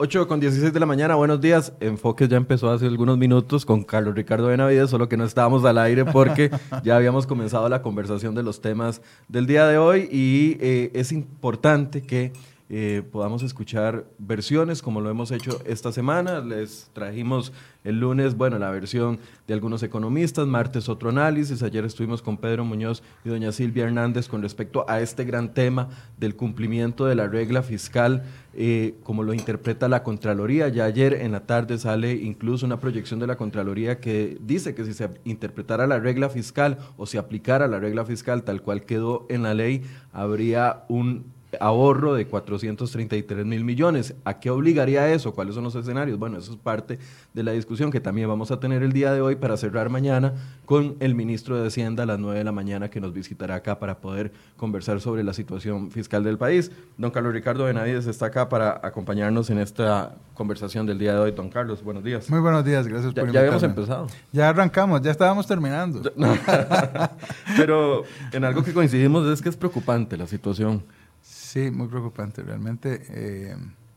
8:16 de la mañana, buenos días. Enfoques ya empezó hace algunos minutos con Carlos Ricardo Benavides, solo que no estábamos al aire porque ya habíamos comenzado la conversación de los temas del día de hoy y es importante que podamos escuchar versiones como lo hemos hecho esta semana. Les trajimos el lunes, la versión de algunos economistas, martes otro análisis, ayer estuvimos con Pedro Muñoz y doña Silvia Hernández con respecto a este gran tema del cumplimiento de la regla fiscal, como lo interpreta la Contraloría. Ya ayer en la tarde sale incluso una proyección de la Contraloría que dice que si se interpretara la regla fiscal o se aplicara la regla fiscal tal cual quedó en la ley, habría un ahorro de 433,000 millones. ¿A qué obligaría eso? ¿Cuáles son los escenarios? Bueno, eso es parte de la discusión que también vamos a tener el día de hoy para cerrar mañana con el ministro de Hacienda a las 9 de la mañana que nos visitará acá para poder conversar sobre la situación fiscal del país. Don Carlos Ricardo Benavides está acá para acompañarnos en esta conversación del día de hoy. Don Carlos, buenos días. Muy buenos días, gracias por invitarme. Ya habíamos empezado. Ya arrancamos, ya estábamos terminando. Pero en algo que coincidimos es que es preocupante la situación. Sí, muy preocupante, realmente.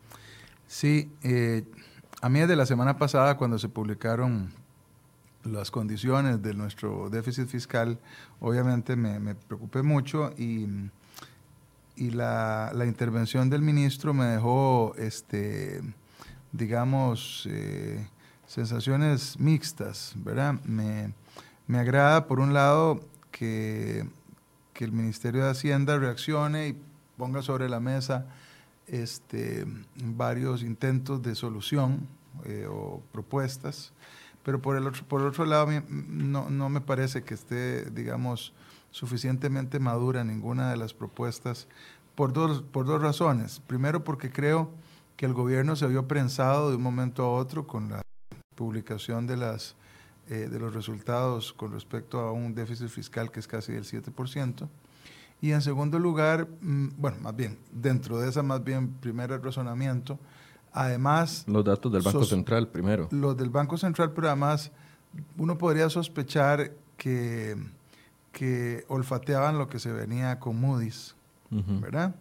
A mí desde la semana pasada, cuando se publicaron las condiciones de nuestro déficit fiscal, obviamente me preocupé mucho y la intervención del ministro me dejó, sensaciones mixtas, ¿verdad? Me agrada, por un lado, que el Ministerio de Hacienda reaccione y ponga sobre la mesa varios intentos de solución o propuestas, pero por otro lado no me parece que esté, suficientemente madura ninguna de las propuestas por dos razones. Primero, porque creo que el gobierno se vio prensado de un momento a otro con la publicación de los resultados con respecto a un déficit fiscal que es casi del 7%. Y en segundo lugar, dentro de esa primer razonamiento, además... Los datos del Banco Central primero. Los del Banco Central, pero además uno podría sospechar que olfateaban lo que se venía con Moody's, ¿verdad?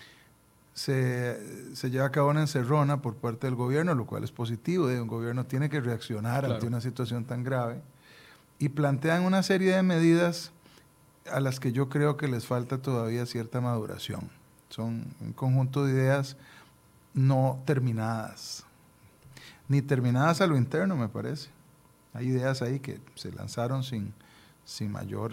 Se lleva a cabo una encerrona por parte del gobierno, lo cual es positivo. Un gobierno tiene que reaccionar ante una situación tan grave. Y plantean una serie de medidas a las que yo creo que les falta todavía cierta maduración. Son un conjunto de ideas no terminadas, ni terminadas a lo interno, me parece. Hay ideas ahí que se lanzaron sin mayor,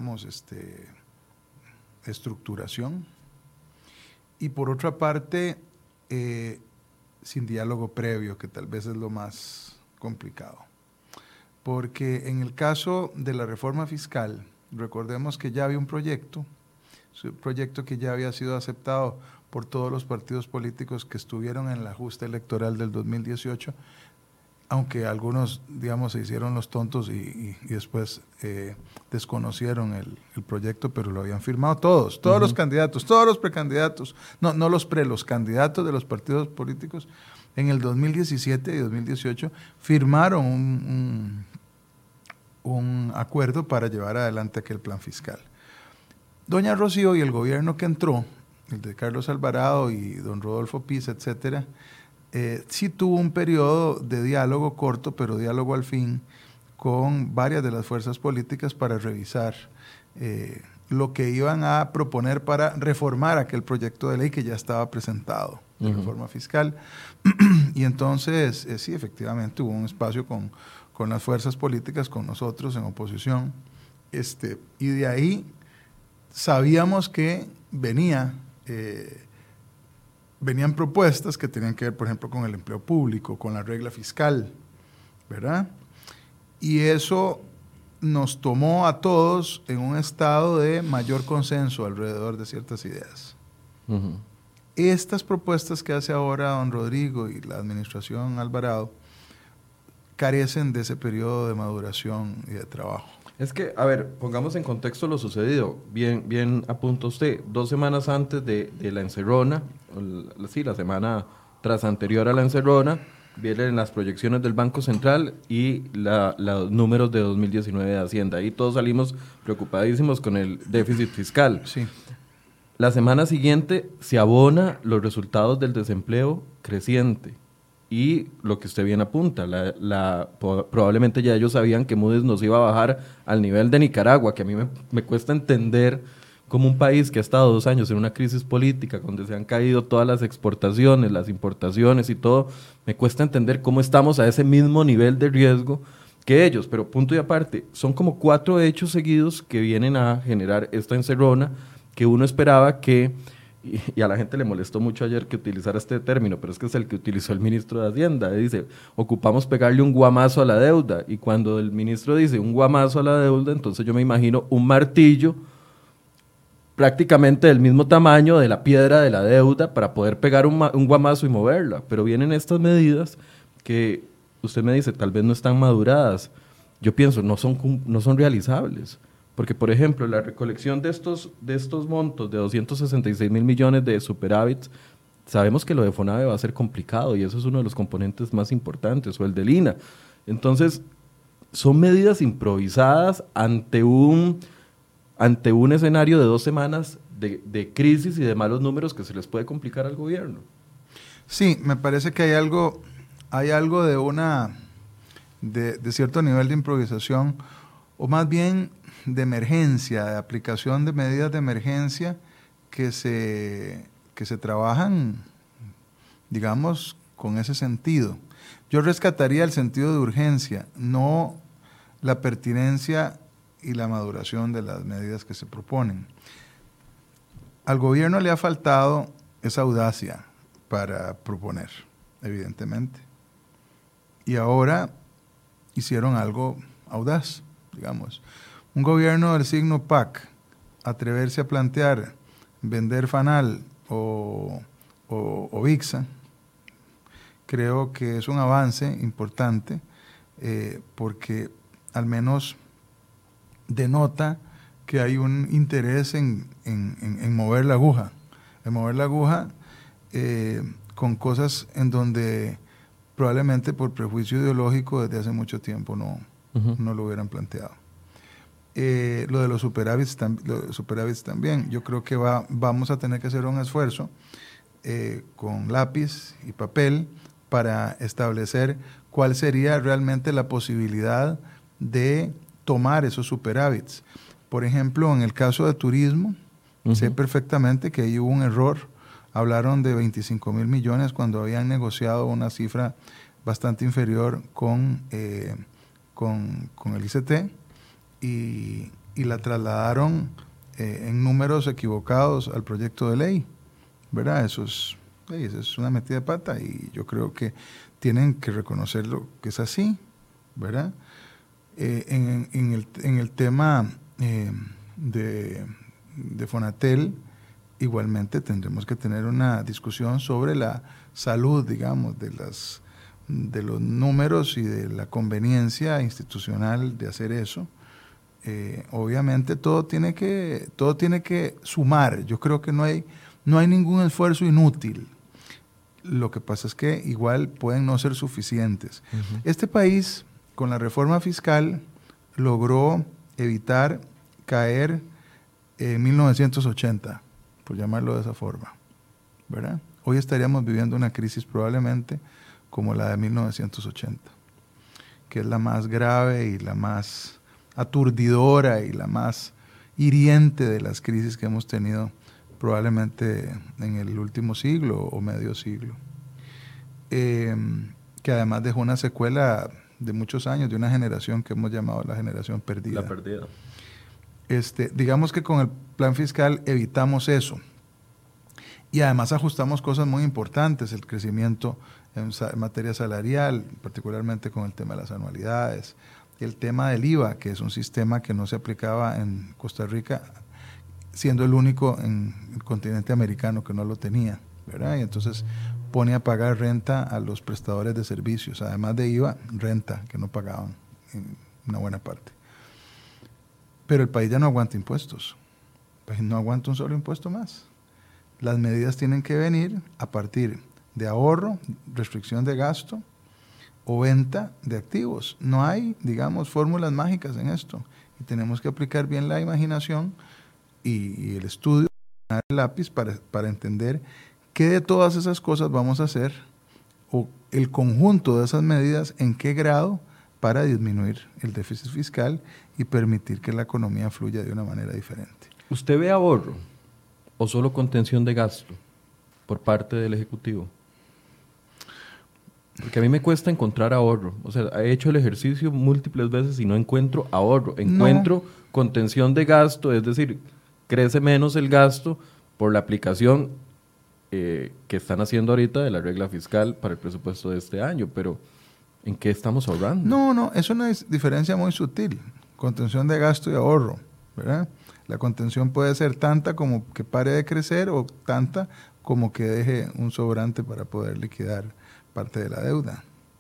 estructuración. Y por otra parte, sin diálogo previo, que tal vez es lo más complicado. Porque en el caso de la reforma fiscal, recordemos que ya había un proyecto que ya había sido aceptado por todos los partidos políticos que estuvieron en la justa electoral del 2018, aunque algunos, se hicieron los tontos y después desconocieron el proyecto, pero lo habían firmado todos los candidatos, todos los precandidatos, no los candidatos de los partidos políticos en el 2017 y 2018 firmaron un acuerdo para llevar adelante aquel plan fiscal. Doña Rocío y el gobierno que entró, el de Carlos Alvarado y don Rodolfo Pisa, etcétera, sí tuvo un periodo de diálogo corto, pero diálogo al fin, con varias de las fuerzas políticas para revisar lo que iban a proponer para reformar aquel proyecto de ley que ya estaba presentado, de reforma fiscal. Y entonces, sí, efectivamente, hubo un espacio con las fuerzas políticas, con nosotros en oposición, y de ahí sabíamos que venían propuestas que tenían que ver, por ejemplo, con el empleo público, con la regla fiscal, ¿verdad? Y eso nos tomó a todos en un estado de mayor consenso alrededor de ciertas ideas. Estas propuestas que hace ahora don Rodrigo y la administración Alvarado carecen de ese periodo de maduración y de trabajo. Es que, pongamos en contexto lo sucedido. Bien apunta usted. 2 semanas antes de la encerrona, la semana tras anterior a la encerrona, vienen las proyecciones del Banco Central y los números de 2019 de Hacienda. Ahí todos salimos preocupadísimos con el déficit fiscal. Sí. La semana siguiente se abona los resultados del desempleo creciente. Y lo que usted bien apunta, probablemente ya ellos sabían que Moody's nos iba a bajar al nivel de Nicaragua, que a mí me cuesta entender cómo un país que ha estado 2 años en una crisis política, donde se han caído todas las exportaciones, las importaciones y todo, me cuesta entender cómo estamos a ese mismo nivel de riesgo que ellos. Pero punto y aparte, son como 4 hechos seguidos que vienen a generar esta encerrona que uno esperaba que, y a la gente le molestó mucho ayer que utilizara este término, pero es que es el que utilizó el ministro de Hacienda. Dice, ocupamos pegarle un guamazo a la deuda. Y cuando el ministro dice un guamazo a la deuda, entonces yo me imagino un martillo prácticamente del mismo tamaño de la piedra de la deuda para poder pegar un guamazo y moverla. Pero vienen estas medidas que usted me dice, tal vez no están maduradas. Yo pienso, no son realizables. Porque, por ejemplo, la recolección de estos montos de 266 mil millones de superávits, sabemos que lo de FONAVE va a ser complicado y eso es uno de los componentes más importantes, o el del INA. Entonces, son medidas improvisadas ante un escenario de 2 semanas de crisis y de malos números que se les puede complicar al gobierno. Sí, me parece que hay algo de cierto nivel de improvisación, o más bien de emergencia, de aplicación de medidas de emergencia que se trabajan, digamos, con ese sentido. Yo rescataría el sentido de urgencia, no la pertinencia y la maduración de las medidas que se proponen. Al gobierno le ha faltado esa audacia para proponer, evidentemente. Y ahora hicieron algo audaz, digamos. Un gobierno del signo PAC, atreverse a plantear vender Fanal o VIXA, creo que es un avance importante porque al menos denota que hay un interés en mover la aguja, con cosas en donde probablemente por prejuicio ideológico desde hace mucho tiempo no lo hubieran planteado. Lo de los superávits también, yo creo que vamos a tener que hacer un esfuerzo con lápiz y papel para establecer cuál sería realmente la posibilidad de tomar esos superávits. Por ejemplo, en el caso de turismo, sé perfectamente que ahí hubo un error. Hablaron de 25 mil millones cuando habían negociado una cifra bastante inferior con el ICT y la trasladaron en números equivocados al proyecto de ley, ¿verdad? Eso es una metida de pata y yo creo que tienen que reconocerlo que es así, ¿verdad? En el tema de Fonatel, igualmente tendremos que tener una discusión sobre la salud, digamos, de los números y de la conveniencia institucional de hacer eso. Obviamente todo tiene que sumar. Yo creo que no hay ningún esfuerzo inútil. Lo que pasa es que igual pueden no ser suficientes. Este país, con la reforma fiscal, logró evitar caer en 1980, por llamarlo de esa forma, ¿verdad? Hoy estaríamos viviendo una crisis probablemente como la de 1980, que es la más grave y la más aturdidora y la más hiriente de las crisis que hemos tenido probablemente en el último siglo o medio siglo, que además dejó una secuela de muchos años, de una generación que hemos llamado la generación perdida. La perdida. Digamos que con el plan fiscal evitamos eso. Y además ajustamos cosas muy importantes, el crecimiento en materia salarial, particularmente con el tema de las anualidades, el tema del IVA, que es un sistema que no se aplicaba en Costa Rica, siendo el único en el continente americano que no lo tenía, ¿verdad? Y entonces pone a pagar renta a los prestadores de servicios, además de IVA, renta que no pagaban en una buena parte. Pero el país ya no aguanta impuestos, el país no aguanta un solo impuesto más. Las medidas tienen que venir a partir de ahorro, restricción de gasto o venta de activos. No hay, digamos, fórmulas mágicas en esto y tenemos que aplicar bien la imaginación y el estudio, el lápiz para entender qué de todas esas cosas vamos a hacer o el conjunto de esas medidas, en qué grado para disminuir el déficit fiscal y permitir que la economía fluya de una manera diferente. ¿Usted ve ahorro o solo contención de gasto por parte del Ejecutivo? Porque a mí me cuesta encontrar ahorro. O sea, he hecho el ejercicio múltiples veces y no encuentro ahorro. Encuentro contención de gasto, es decir, crece menos el gasto por la aplicación que están haciendo ahorita de la regla fiscal para el presupuesto de este año. Pero, ¿en qué estamos ahorrando? No, es una diferencia muy sutil. Contención de gasto y ahorro, ¿verdad? La contención puede ser tanta como que pare de crecer o tanta como que deje un sobrante para poder liquidar parte de la deuda.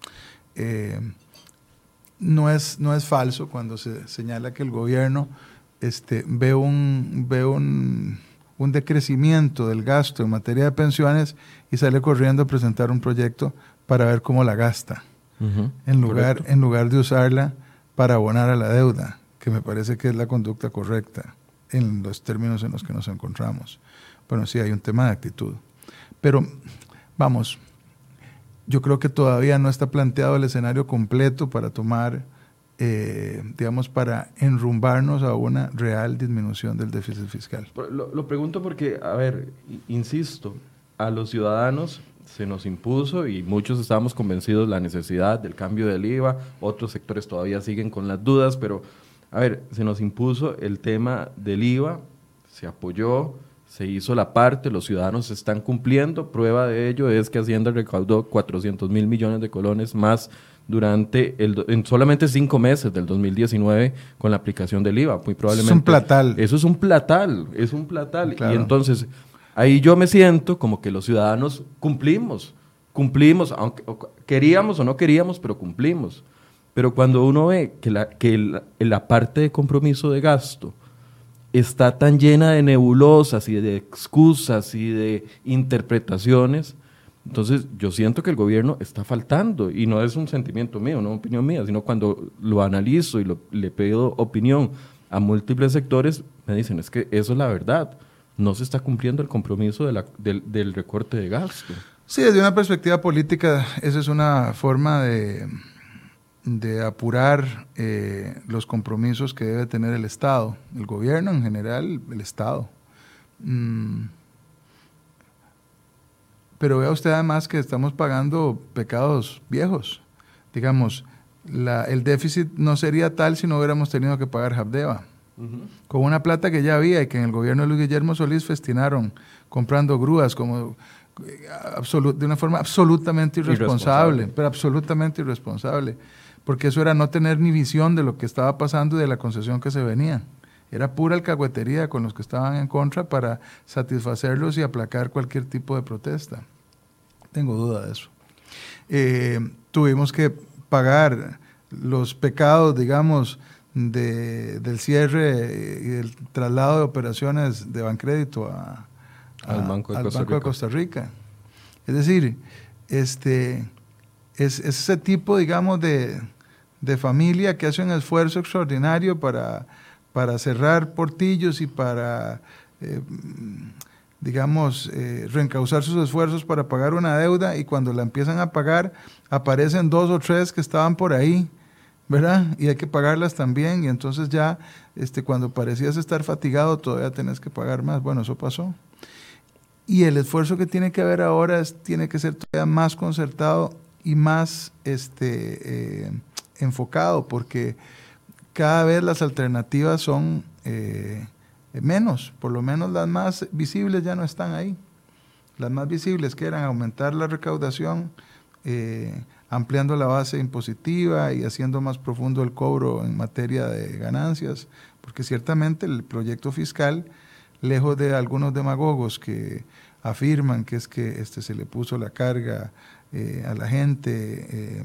No es falso cuando se señala que el gobierno ve un decrecimiento del gasto en materia de pensiones y sale corriendo a presentar un proyecto para ver cómo la gasta, en lugar de usarla para abonar a la deuda, que me parece que es la conducta correcta en los términos en los que nos encontramos. Bueno, sí, hay un tema de actitud. Pero, vamos, yo creo que todavía no está planteado el escenario completo para tomar, para enrumbarnos a una real disminución del déficit fiscal. Lo pregunto porque, a ver, insisto, a los ciudadanos se nos impuso y muchos estábamos convencidos de la necesidad del cambio del IVA, otros sectores todavía siguen con las dudas, pero, a ver, se nos impuso el tema del IVA, se apoyó, se hizo la parte, los ciudadanos están cumpliendo. Prueba de ello es que Hacienda recaudó 400,000 millones de colones más en solamente 5 meses del 2019 con la aplicación del IVA. Muy probablemente. Es un platal. Eso es un platal. Claro. Y entonces, ahí yo me siento como que los ciudadanos cumplimos, aunque queríamos o no queríamos, pero cumplimos. Pero cuando uno ve que la parte de compromiso de gasto está tan llena de nebulosas y de excusas y de interpretaciones, entonces yo siento que el gobierno está faltando, y no es un sentimiento mío, no es una opinión mía, sino cuando lo analizo y le pido opinión a múltiples sectores, me dicen, es que eso es la verdad, no se está cumpliendo el compromiso del recorte de gasto. Sí, desde una perspectiva política, esa es una forma de apurar los compromisos que debe tener el Estado, el gobierno en general, el Estado. Pero vea usted además que estamos pagando pecados viejos. Digamos, el déficit no sería tal si no hubiéramos tenido que pagar Habdeba. Con una plata que ya había y que en el gobierno de Luis Guillermo Solís festinaron comprando grúas de una forma absolutamente irresponsable, pero absolutamente irresponsable. Porque eso era no tener ni visión de lo que estaba pasando y de la concesión que se venía. Era pura alcahuetería con los que estaban en contra para satisfacerlos y aplacar cualquier tipo de protesta. Tengo duda de eso. Tuvimos que pagar los pecados, digamos, del cierre y del traslado de operaciones de Bancrédito al Banco de Costa Rica. Es decir, es ese tipo, digamos, de familia que hace un esfuerzo extraordinario para cerrar portillos y para, reencauzar sus esfuerzos para pagar una deuda, y cuando la empiezan a pagar aparecen 2 o 3 que estaban por ahí, ¿verdad? Y hay que pagarlas también, y entonces ya cuando parecías estar fatigado todavía tenés que pagar más. Bueno, eso pasó. Y el esfuerzo que tiene que haber ahora tiene que ser todavía más concertado y más enfocado, porque cada vez las alternativas son menos, por lo menos las más visibles ya no están ahí. Las más visibles, que eran aumentar la recaudación, ampliando la base impositiva y haciendo más profundo el cobro en materia de ganancias, porque ciertamente el proyecto fiscal, lejos de algunos demagogos que afirman que es que se le puso la carga a la gente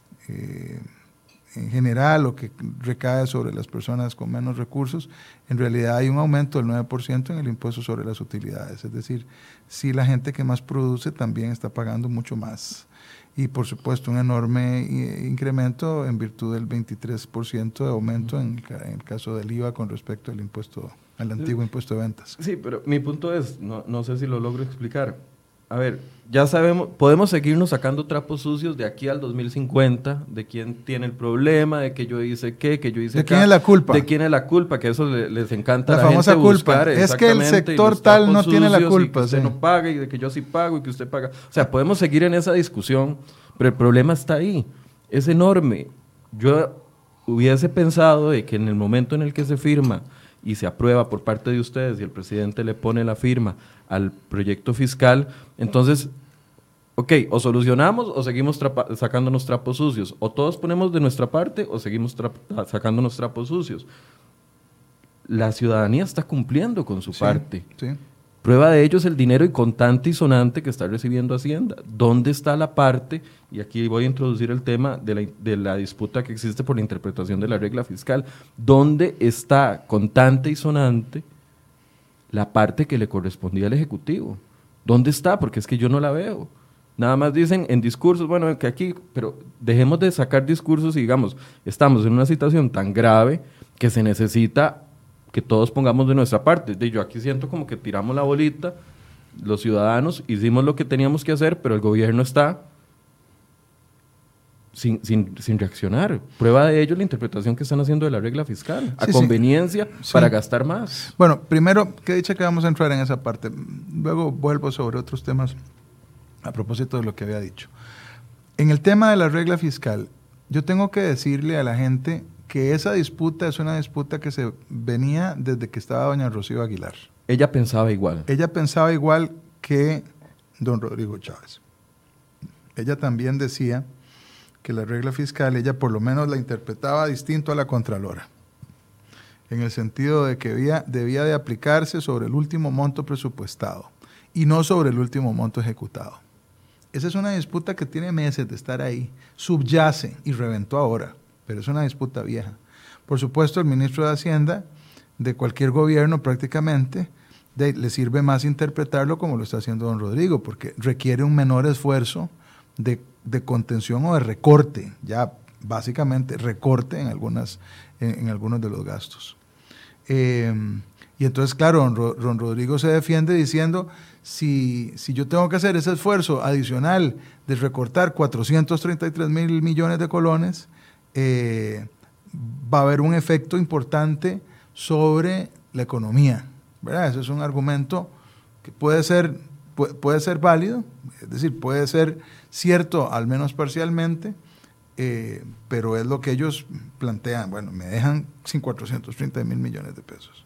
en general, o que recae sobre las personas con menos recursos, en realidad hay un aumento del 9% en el impuesto sobre las utilidades. Es decir, si la gente que más produce también está pagando mucho más. Y por supuesto un enorme incremento en virtud del 23% de aumento en el caso del IVA con respecto al antiguo impuesto de ventas. Sí, pero mi punto es, no sé si lo logro explicar. a ver, ya sabemos, podemos seguirnos sacando trapos sucios de aquí al 2050, de quién tiene el problema, de que yo hice qué, que yo hice ¿De quién es la culpa? De quién es la culpa, que eso les encanta a la la famosa gente culpa. buscar. Es que el sector tal no tiene la culpa. Y que usted sí. no paga y de que yo sí pago y que usted paga. O sea, podemos seguir en esa discusión, pero el problema está ahí. Es enorme. Yo hubiese pensado de que en el momento en el que se firma y se aprueba por parte de ustedes y el presidente le pone la firma al proyecto fiscal, entonces, ok, o solucionamos o seguimos sacándonos trapos sucios, o todos ponemos de nuestra parte o seguimos sacándonos trapos sucios. La ciudadanía está cumpliendo con su parte. Sí. Prueba de ello es el dinero y contante y sonante que está recibiendo Hacienda. ¿Dónde está la parte? Y aquí voy a introducir el tema de la disputa que existe por la interpretación de la regla fiscal. ¿Dónde está contante y sonante la parte que le correspondía al Ejecutivo? ¿Dónde está? Porque es que yo no la veo. Nada más dicen en discursos, bueno, que aquí, pero dejemos de sacar discursos y digamos, estamos en una situación tan grave que se necesita que todos pongamos de nuestra parte. Yo aquí siento como que tiramos la bolita, los ciudadanos hicimos lo que teníamos que hacer, pero el gobierno está sin reaccionar. Prueba de ello es la interpretación que están haciendo de la regla fiscal, a conveniencia para gastar más. Bueno, primero, que dicha que vamos a entrar en esa parte. Luego vuelvo sobre otros temas a propósito de lo que había dicho. En el tema de la regla fiscal, yo tengo que decirle a la gente que esa disputa es una disputa que se venía desde que estaba doña Rocío Aguilar. Ella pensaba igual. Ella pensaba igual que don Rodrigo Chávez. Ella también decía que la regla fiscal, ella por lo menos la interpretaba distinto a la Contralora, en el sentido de que debía de aplicarse sobre el último monto presupuestado y no sobre el último monto ejecutado. Esa es una disputa que tiene meses de estar ahí, subyace y reventó ahora, pero es una disputa vieja. Por supuesto, el ministro de Hacienda, de cualquier gobierno prácticamente, le sirve más interpretarlo como lo está haciendo don Rodrigo, porque requiere un menor esfuerzo de contención o de recorte, ya básicamente recorte en algunos de los gastos. Y entonces, claro, don Rodrigo se defiende diciendo, si yo tengo que hacer ese esfuerzo adicional de recortar 433,000 millones de colones, va a haber un efecto importante sobre la economía, ¿verdad? Eso es un argumento que puede ser válido, es decir, puede ser cierto al menos parcialmente, pero es lo que ellos plantean. Bueno, me dejan sin 430,000 millones de pesos.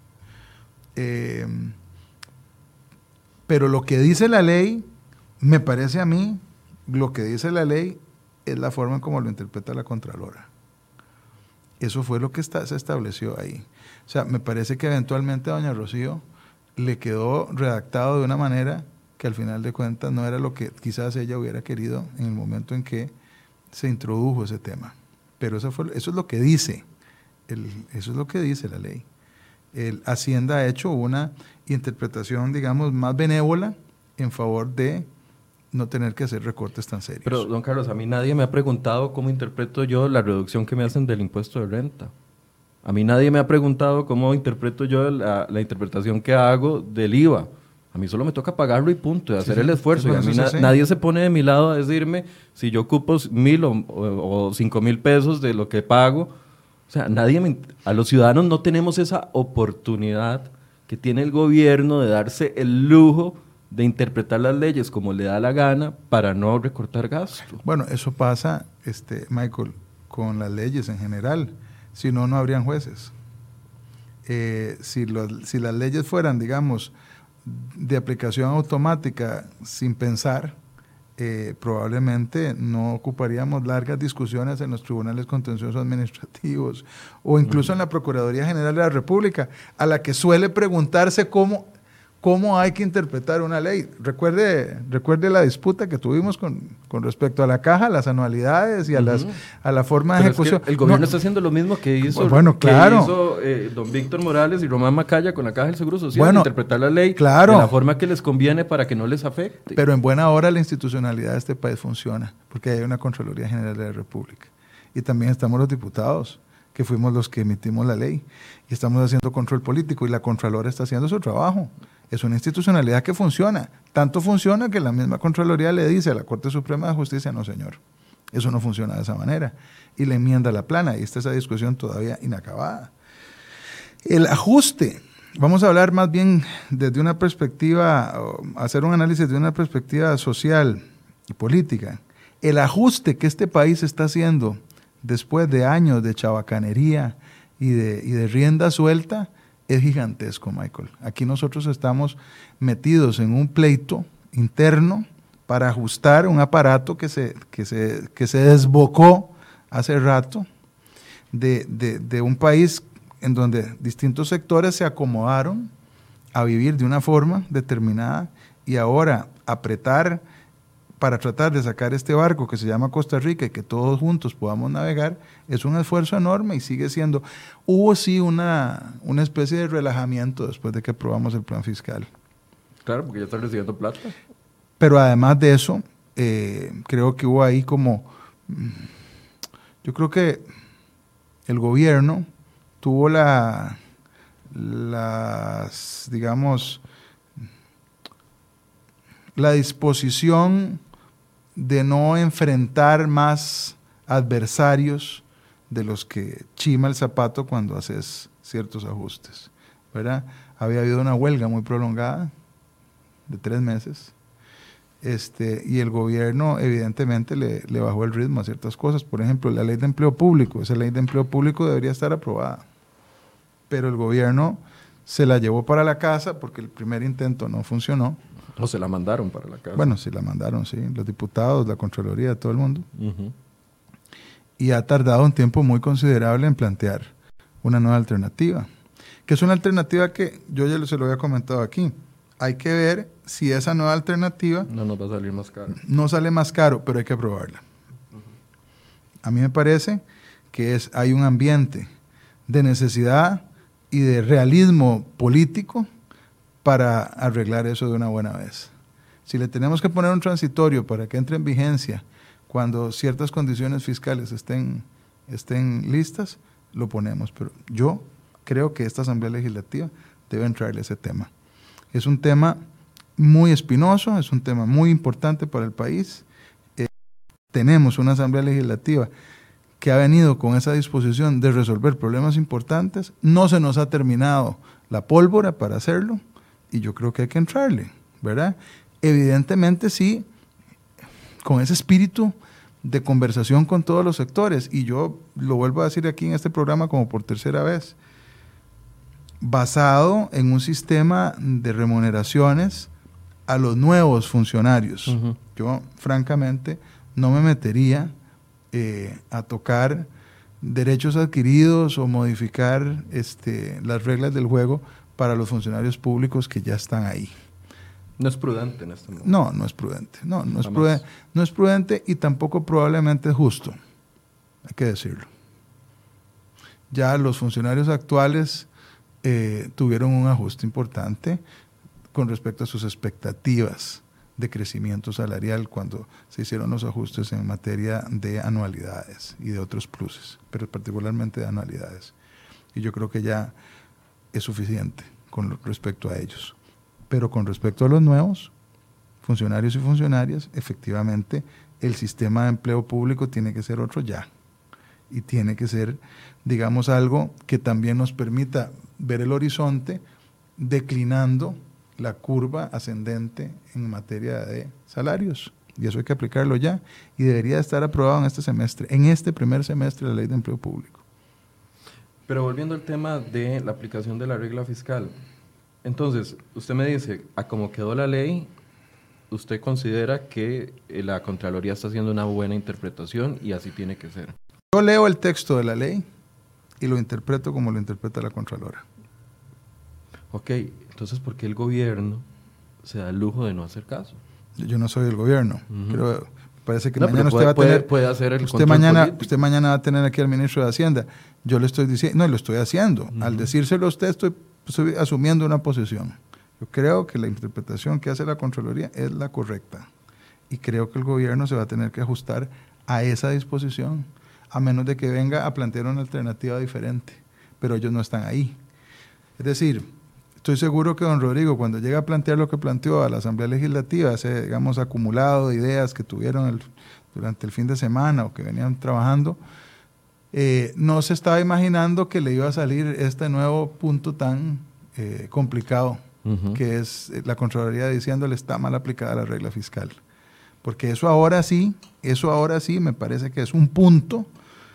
Pero lo que dice la ley, me parece a mí, lo que dice la ley es la forma en como lo interpreta la Contralora. Eso fue lo que se estableció ahí. O sea, me parece que eventualmente a doña Rocío le quedó redactado de una manera que al final de cuentas no era lo que quizás ella hubiera querido en el momento en que se introdujo ese tema. Pero eso es lo que dice, eso es lo que dice la ley. Hacienda ha hecho una interpretación, digamos, más benévola en favor de no tener que hacer recortes tan serios. Pero, don Carlos, a mí nadie me ha preguntado cómo interpreto yo la reducción que me hacen del impuesto de renta. A mí nadie me ha preguntado cómo interpreto yo la interpretación que hago del IVA. A mí solo me toca pagarlo y punto, de hacer el esfuerzo. Y a mí nadie se pone de mi lado a decirme si yo ocupo 1,000 o 5,000 pesos de lo que pago. O sea, a los ciudadanos no tenemos esa oportunidad que tiene el gobierno de darse el lujo de interpretar las leyes como le da la gana para no recortar gasto. Bueno, eso pasa, Michael, con las leyes en general. Si no, no habrían jueces. Si las leyes fueran, digamos, de aplicación automática sin pensar, probablemente no ocuparíamos largas discusiones en los tribunales contenciosos administrativos o incluso en la Procuraduría General de la República, a la que suele preguntarse cómo hay que interpretar una ley. Recuerde la disputa que tuvimos con respecto a la caja, las anualidades y a la forma de ejecución. Es que el gobierno está haciendo lo mismo que hizo, claro, don Víctor Morales y Román Macaya con la Caja del Seguro Social, interpretar la ley de la forma que les conviene para que no les afecte. Pero en buena hora la institucionalidad de este país funciona, porque hay una Contraloría General de la República. Y también estamos los diputados. que fuimos los que emitimos la ley y estamos haciendo control político y la Contralora está haciendo su trabajo. Es una institucionalidad que funciona. Tanto funciona que la misma Contraloría le dice a la Corte Suprema de Justicia, no señor, eso no funciona de esa manera. Y le enmienda la plana y está esa discusión todavía inacabada. El ajuste, vamos a hablar más bien desde una perspectiva, hacer un análisis de una perspectiva social y política. El ajuste que este país está haciendo después de años de chabacanería y de rienda suelta es gigantesco, Michael. Aquí nosotros estamos metidos en un pleito interno para ajustar un aparato que se desbocó hace rato de un país en donde distintos sectores se acomodaron a vivir de una forma determinada y ahora apretar para tratar de sacar este barco que se llama Costa Rica y que todos juntos podamos navegar, es un esfuerzo enorme y sigue siendo. Hubo sí una especie de relajamiento después de que aprobamos el plan fiscal. Claro, porque ya están recibiendo plata. Pero además de eso, creo que hubo ahí como... Yo creo que el gobierno tuvo la disposición de no enfrentar más adversarios de los que chima el zapato cuando haces ciertos ajustes, ¿verdad? Había habido una huelga muy prolongada de 3 meses y el gobierno evidentemente le bajó el ritmo a ciertas cosas. Por ejemplo, la ley de empleo público, esa ley de empleo público debería estar aprobada, pero el gobierno se la llevó para la casa porque el primer intento no funcionó. O se la mandaron para la casa. Bueno, sí la mandaron, sí, los diputados, la Contraloría, todo el mundo. Uh-huh. Y ha tardado un tiempo muy considerable en plantear una nueva alternativa, que es una alternativa que yo ya se lo había comentado aquí. Hay que ver si esa nueva alternativa... No nos va a salir más caro. No sale más caro, pero hay que aprobarla. Uh-huh. A mí me parece que hay un ambiente de necesidad y de realismo político para arreglar eso de una buena vez. Si le tenemos que poner un transitorio para que entre en vigencia cuando ciertas condiciones fiscales estén listas, lo ponemos. Pero yo creo que esta Asamblea Legislativa debe entrarle ese tema. Es un tema muy espinoso, es un tema muy importante para el país. Tenemos una Asamblea Legislativa que ha venido con esa disposición de resolver problemas importantes. No se nos ha terminado la pólvora para hacerlo. Y yo creo que hay que entrarle, ¿verdad? Evidentemente sí, con ese espíritu de conversación con todos los sectores. Y yo lo vuelvo a decir aquí en este programa como por tercera vez. Basado en un sistema de remuneraciones a los nuevos funcionarios. Uh-huh. Yo, francamente, no me metería a tocar derechos adquiridos o modificar las reglas del juego para los funcionarios públicos que ya están ahí. No es prudente en este momento. No es prudente. No es prudente y tampoco probablemente es justo. Hay que decirlo. Ya los funcionarios actuales tuvieron un ajuste importante con respecto a sus expectativas de crecimiento salarial cuando se hicieron los ajustes en materia de anualidades y de otros pluses, pero particularmente de anualidades. Y yo creo que ya es suficiente con respecto a ellos. Pero con respecto a los nuevos funcionarios y funcionarias, efectivamente el sistema de empleo público tiene que ser otro ya. Y tiene que ser, digamos, algo que también nos permita ver el horizonte declinando la curva ascendente en materia de salarios. Y eso hay que aplicarlo ya. Y debería estar aprobado en este semestre, en este primer semestre, la ley de empleo público. Pero volviendo al tema de la aplicación de la regla fiscal, entonces, usted me dice, a cómo quedó la ley, usted considera que la Contraloría está haciendo una buena interpretación y así tiene que ser. Yo leo el texto de la ley y lo interpreto como lo interpreta la Contralora. Ok, entonces, ¿por qué el gobierno se da el lujo de no hacer caso? Yo no soy el gobierno, pero parece que no, mañana puede, usted va a tener... Puede hacer el usted mañana va a tener aquí al ministro de Hacienda. Yo le estoy diciendo, no, lo estoy haciendo. Al decírselo a usted estoy asumiendo una posición. Yo creo que la interpretación que hace la Contraloría es la correcta. Y creo que el gobierno se va a tener que ajustar a esa disposición. a menos de que venga a plantear una alternativa diferente, pero ellos no están ahí. Es decir, estoy seguro que don Rodrigo, cuando llega a plantear lo que planteó a la Asamblea Legislativa, ese, digamos, acumulado de ideas que tuvieron durante el fin de semana o que venían trabajando, no se estaba imaginando que le iba a salir este nuevo punto tan complicado, que es la Contraloría diciéndole está mal aplicada la regla fiscal. Porque eso ahora sí me parece que es un punto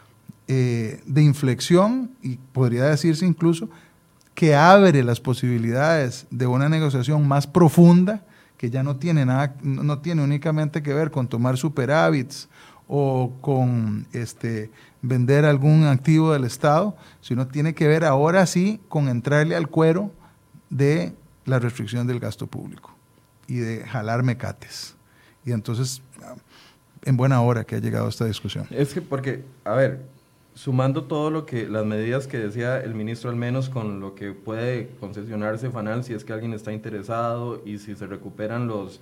de inflexión y podría decirse incluso que abre las posibilidades de una negociación más profunda que ya no tiene únicamente que ver con tomar superávits o con vender algún activo del Estado, sino tiene que ver ahora sí con entrarle al cuero de la restricción del gasto público y de jalar mecates. Y entonces, en buena hora que ha llegado esta discusión. Es que porque, a ver, sumando todo las medidas que decía el ministro, al menos con lo que puede concesionarse FANAL, si es que alguien está interesado, y si se recuperan los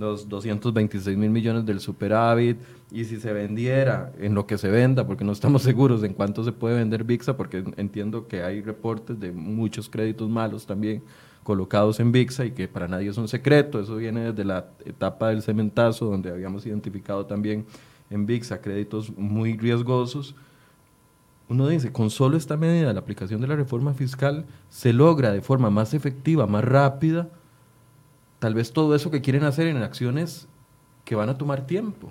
226 mil millones del superávit, y si se vendiera en lo que se venda, porque no estamos seguros en cuánto se puede vender VIXA, porque entiendo que hay reportes de muchos créditos malos también colocados en VIXA y que para nadie es un secreto, eso viene desde la etapa del cementazo, donde habíamos identificado también en VIXA créditos muy riesgosos. Uno dice, con solo esta medida, la aplicación de la reforma fiscal, se logra de forma más efectiva, más rápida, tal vez todo eso que quieren hacer en acciones que van a tomar tiempo.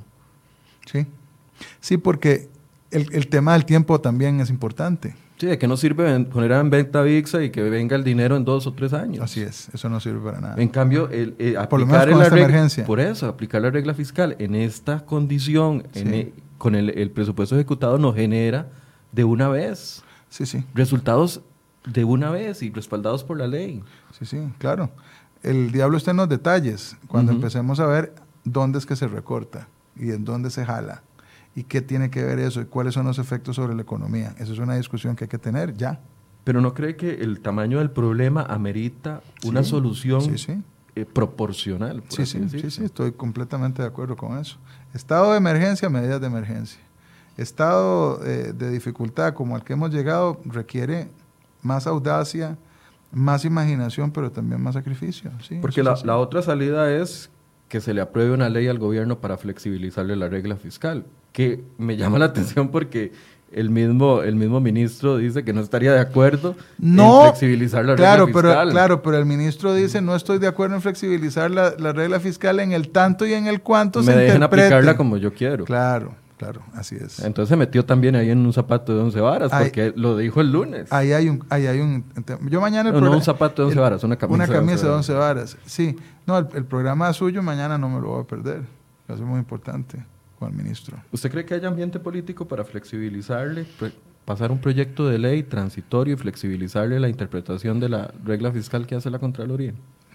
Sí, porque el tema del tiempo también es importante. Sí, ¿de qué nos sirve poner en venta VIXA y que venga el dinero en 2 o 3 años? Así es, eso no sirve para nada. En cambio, por lo menos con esta emergencia. Por eso, aplicar la regla fiscal en esta condición, con el presupuesto ejecutado, nos genera de una vez resultados de una vez y respaldados por la ley. Sí, claro. El diablo está en los detalles, cuando empecemos a ver dónde es que se recorta y en dónde se jala. ¿Y qué tiene que ver eso? ¿Y cuáles son los efectos sobre la economía? Esa es una discusión que hay que tener ya. ¿Pero no cree que el tamaño del problema amerita una solución proporcional? Sí, estoy completamente de acuerdo con eso. Estado de emergencia, medidas de emergencia. Estado de dificultad como al que hemos llegado requiere más audacia, más imaginación, pero también más sacrificio. Sí, porque la otra salida es que se le apruebe una ley al gobierno para flexibilizarle la regla fiscal, que me llama la atención porque el mismo ministro dice que no estaría de acuerdo en flexibilizar la regla fiscal. Pero el ministro dice no estoy de acuerdo en flexibilizar la regla fiscal en el tanto y en el cuanto se interprete. Me dejen aplicarla como yo quiero. Claro, así es. Entonces se metió también ahí en un zapato de 11 varas, porque lo dijo el lunes. Ahí hay un yo mañana no un zapato de 11 varas, una camisa. Una camisa de 11 varas, sí. No, el programa suyo mañana no me lo voy a perder. Eso es muy importante con el ministro. ¿Usted cree que hay ambiente político para flexibilizarle, pasar un proyecto de ley transitorio y flexibilizarle la interpretación de la regla fiscal que hace la Contraloría?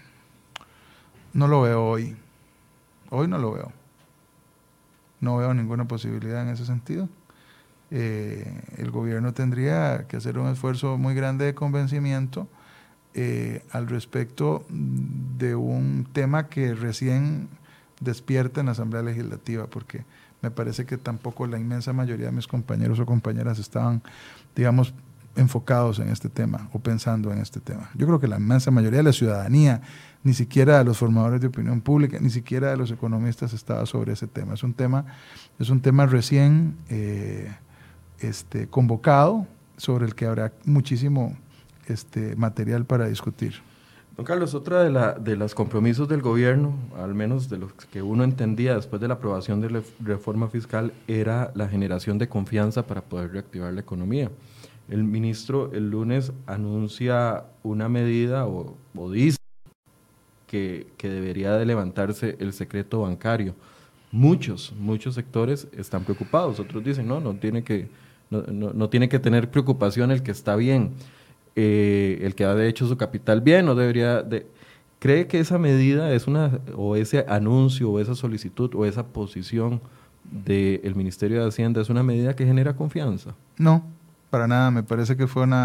No lo veo hoy. Hoy no lo veo. No veo ninguna posibilidad en ese sentido. El gobierno tendría que hacer un esfuerzo muy grande de convencimiento al respecto de un tema que recién despierta en la Asamblea Legislativa, porque me parece que tampoco la inmensa mayoría de mis compañeros o compañeras estaban, digamos, enfocados en este tema o pensando en este tema. Yo creo que la inmensa mayoría de la ciudadanía, ni siquiera de los formadores de opinión pública, ni siquiera de los economistas estaba sobre ese tema. Es un tema recién convocado, sobre el que habrá muchísimo material para discutir. Don Carlos, otra de los compromisos del gobierno, al menos de los que uno entendía después de la aprobación de la reforma fiscal, era la generación de confianza para poder reactivar la economía. El ministro el lunes anuncia una medida o dice que debería de levantarse el secreto bancario. Muchos sectores están preocupados, otros dicen no tiene que tener preocupación el que está bien. El que ha de hecho su capital bien, no debería de... ¿Cree que esa medida es o ese anuncio, o esa solicitud, o esa posición del Ministerio de Hacienda es una medida que genera confianza? No, para nada. Me parece que fue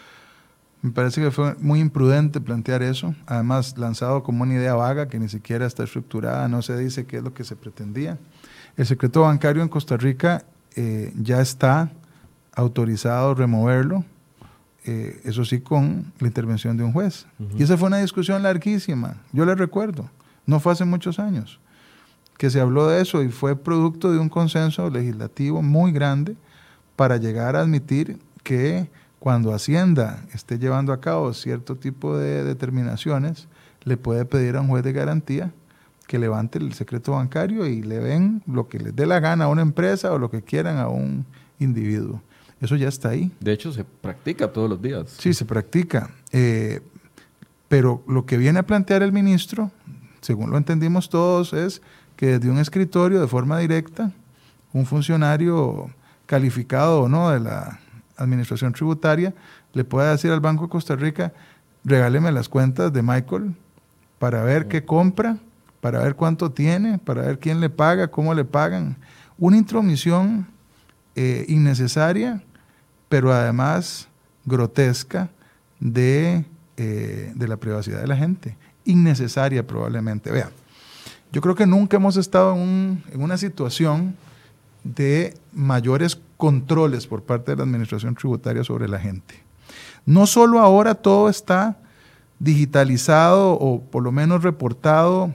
muy imprudente plantear eso, además lanzado como una idea vaga que ni siquiera está estructurada, no se dice qué es lo que se pretendía. El secreto bancario en Costa Rica ya está autorizado removerlo, eso sí con la intervención de un juez. Y esa fue una discusión larguísima, yo le recuerdo, no fue hace muchos años, que se habló de eso y fue producto de un consenso legislativo muy grande para llegar a admitir que cuando Hacienda esté llevando a cabo cierto tipo de determinaciones, le puede pedir a un juez de garantía que levante el secreto bancario y le den lo que les dé la gana a una empresa o lo que quieran a un individuo. Eso ya está ahí. De hecho, se practica todos los días. Sí, se practica. Pero lo que viene a plantear el ministro, según lo entendimos todos, es que desde un escritorio, de forma directa, un funcionario calificado o no de la administración tributaria le pueda decir al Banco de Costa Rica, regáleme las cuentas de Michael para ver qué compra, para ver cuánto tiene, para ver quién le paga, cómo le pagan. Una intromisión innecesaria, pero además grotesca de la privacidad de la gente. Innecesaria probablemente. Vean, yo creo que nunca hemos estado en una situación de mayores controles por parte de la administración tributaria sobre la gente. No solo ahora todo está digitalizado o por lo menos reportado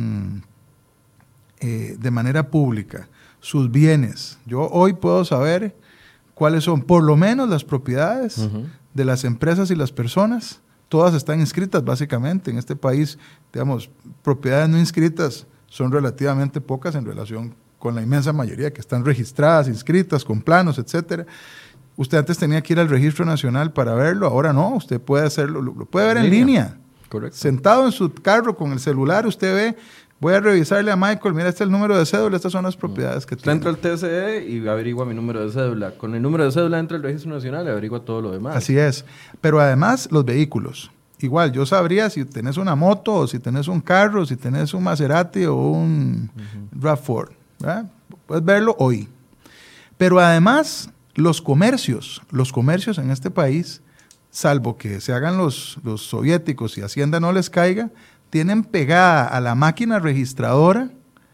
de manera pública, sus bienes. Yo hoy puedo saber cuáles son por lo menos las propiedades de las empresas y las personas. Todas están inscritas básicamente en este país. Digamos, propiedades no inscritas son relativamente pocas en relación con la inmensa mayoría que están registradas, inscritas, con planos, etcétera. Usted antes tenía que ir al Registro Nacional para verlo, ahora no, usted puede hacerlo, lo puede ver en línea. Correcto. Sentado en su carro con el celular, usted ve, voy a revisarle a Michael, mira, este es el número de cédula, estas son las propiedades que tiene. Usted entra al TSE y averigua mi número de cédula. Con el número de cédula entra al Registro Nacional y averigua todo lo demás. Así es. Pero además, los vehículos. Igual, yo sabría si tenés una moto, o si tenés un carro, si tenés un Maserati o un RAV4, ¿verdad? Puedes verlo hoy. Pero además, los comercios en este país, salvo que se hagan los soviéticos y Hacienda no les caiga, tienen pegada a la máquina registradora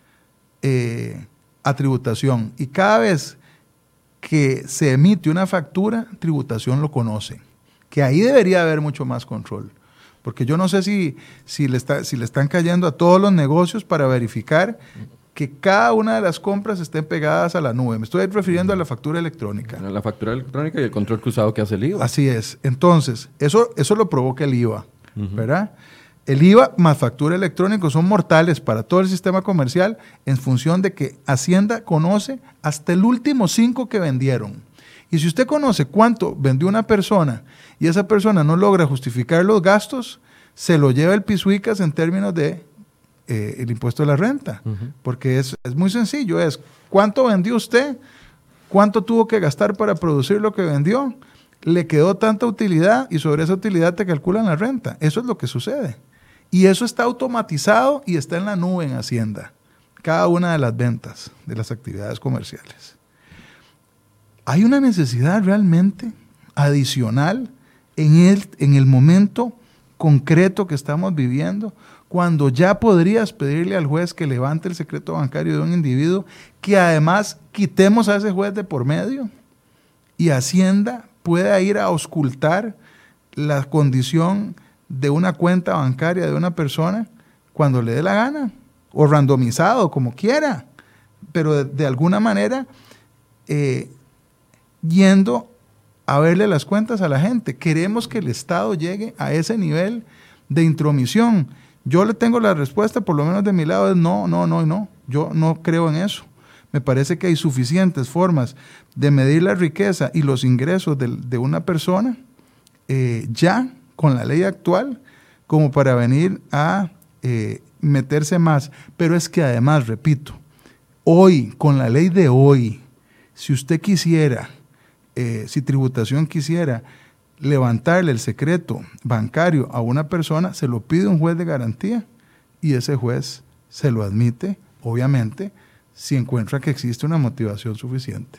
a tributación. Y cada vez que se emite una factura, tributación lo conoce. Que ahí debería haber mucho más control. Porque yo no sé si le están cayendo a todos los negocios para verificar que cada una de las compras estén pegadas a la nube. Me estoy refiriendo a la factura electrónica. La factura electrónica y el control cruzado que hace el IVA. Así es. Entonces, eso lo provoca el IVA, ¿verdad? El IVA más factura electrónica son mortales para todo el sistema comercial en función de que Hacienda conoce hasta el último 5 que vendieron. Y si usted conoce cuánto vendió una persona y esa persona no logra justificar los gastos, se lo lleva el pisuicas en términos de el impuesto de la renta. Porque es muy sencillo, es cuánto vendió usted, cuánto tuvo que gastar para producir lo que vendió, le quedó tanta utilidad y sobre esa utilidad te calculan la renta. Eso es lo que sucede. Y eso está automatizado y está en la nube en Hacienda. Cada una de las ventas de las actividades comerciales. Hay una necesidad realmente adicional en el momento concreto que estamos viviendo, cuando ya podrías pedirle al juez que levante el secreto bancario de un individuo, que además quitemos a ese juez de por medio y Hacienda pueda ir a auscultar la condición de una cuenta bancaria de una persona cuando le dé la gana, o randomizado, como quiera, pero de alguna manera yendo a verle las cuentas a la gente. Queremos que el Estado llegue a ese nivel de intromisión. Yo le tengo la respuesta, por lo menos de mi lado, es no. Yo no creo en eso. Me parece que hay suficientes formas de medir la riqueza y los ingresos de una persona ya con la ley actual como para venir a meterse más. Pero es que además, repito, hoy, con la ley de hoy, si usted quisiera, si tributación quisiera levantarle el secreto bancario a una persona, se lo pide un juez de garantía y ese juez se lo admite, obviamente, si encuentra que existe una motivación suficiente.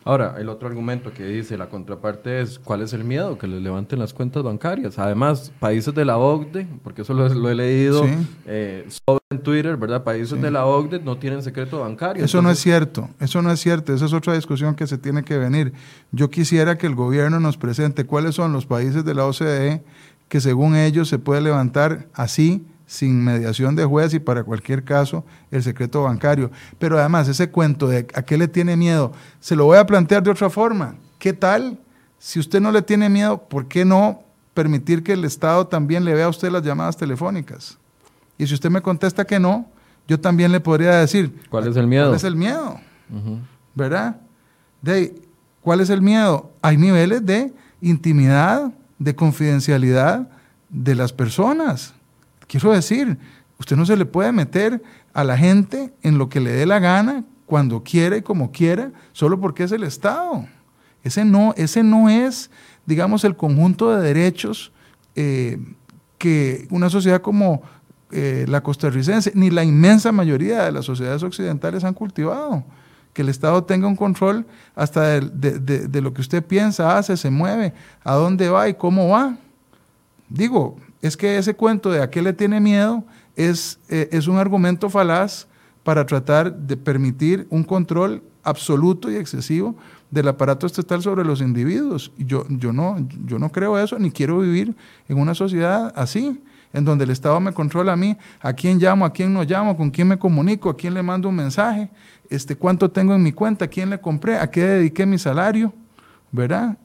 Ahora, el otro argumento que dice la contraparte es, ¿cuál es el miedo? Que les levanten las cuentas bancarias. Además, países de la OCDE, porque eso lo he leído sobre en Twitter, ¿verdad? Países de la OCDE no tienen secreto bancario. Eso no es cierto, esa es otra discusión que se tiene que venir. Yo quisiera que el gobierno nos presente cuáles son los países de la OCDE que según ellos se puede levantar así, sin mediación de juez y para cualquier caso, el secreto bancario. Pero además, ese cuento de a qué le tiene miedo, se lo voy a plantear de otra forma. ¿Qué tal? Si usted no le tiene miedo, ¿por qué no permitir que el Estado también le vea a usted las llamadas telefónicas? Y si usted me contesta que no, yo también le podría decir, ¿cuál es el miedo? ¿Cuál es el miedo? ¿Verdad? ¿Cuál es el miedo? Hay niveles de intimidad, de confidencialidad de las personas. Quiero decir, usted no se le puede meter a la gente en lo que le dé la gana, cuando quiera y como quiera, solo porque es el Estado. Ese no es, digamos, el conjunto de derechos que una sociedad como la costarricense, ni la inmensa mayoría de las sociedades occidentales han cultivado. Que el Estado tenga un control hasta de lo que usted piensa, hace, se mueve, a dónde va y cómo va. Digo, es que ese cuento de a qué le tiene miedo es un argumento falaz para tratar de permitir un control absoluto y excesivo del aparato estatal sobre los individuos. Yo no creo eso, ni quiero vivir en una sociedad así, en donde el Estado me controla a mí, a quién llamo, a quién no llamo, con quién me comunico, a quién le mando un mensaje, cuánto tengo en mi cuenta, a quién le compré, a qué dediqué mi salario, ¿verdad?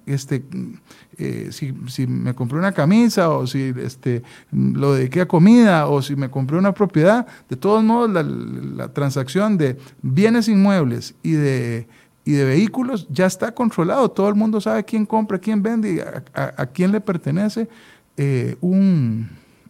Si me compré una camisa o si lo dediqué a comida o si me compré una propiedad, de todos modos la transacción de bienes inmuebles y de vehículos ya está controlado. Todo el mundo sabe quién compra, quién vende y a quién le pertenece un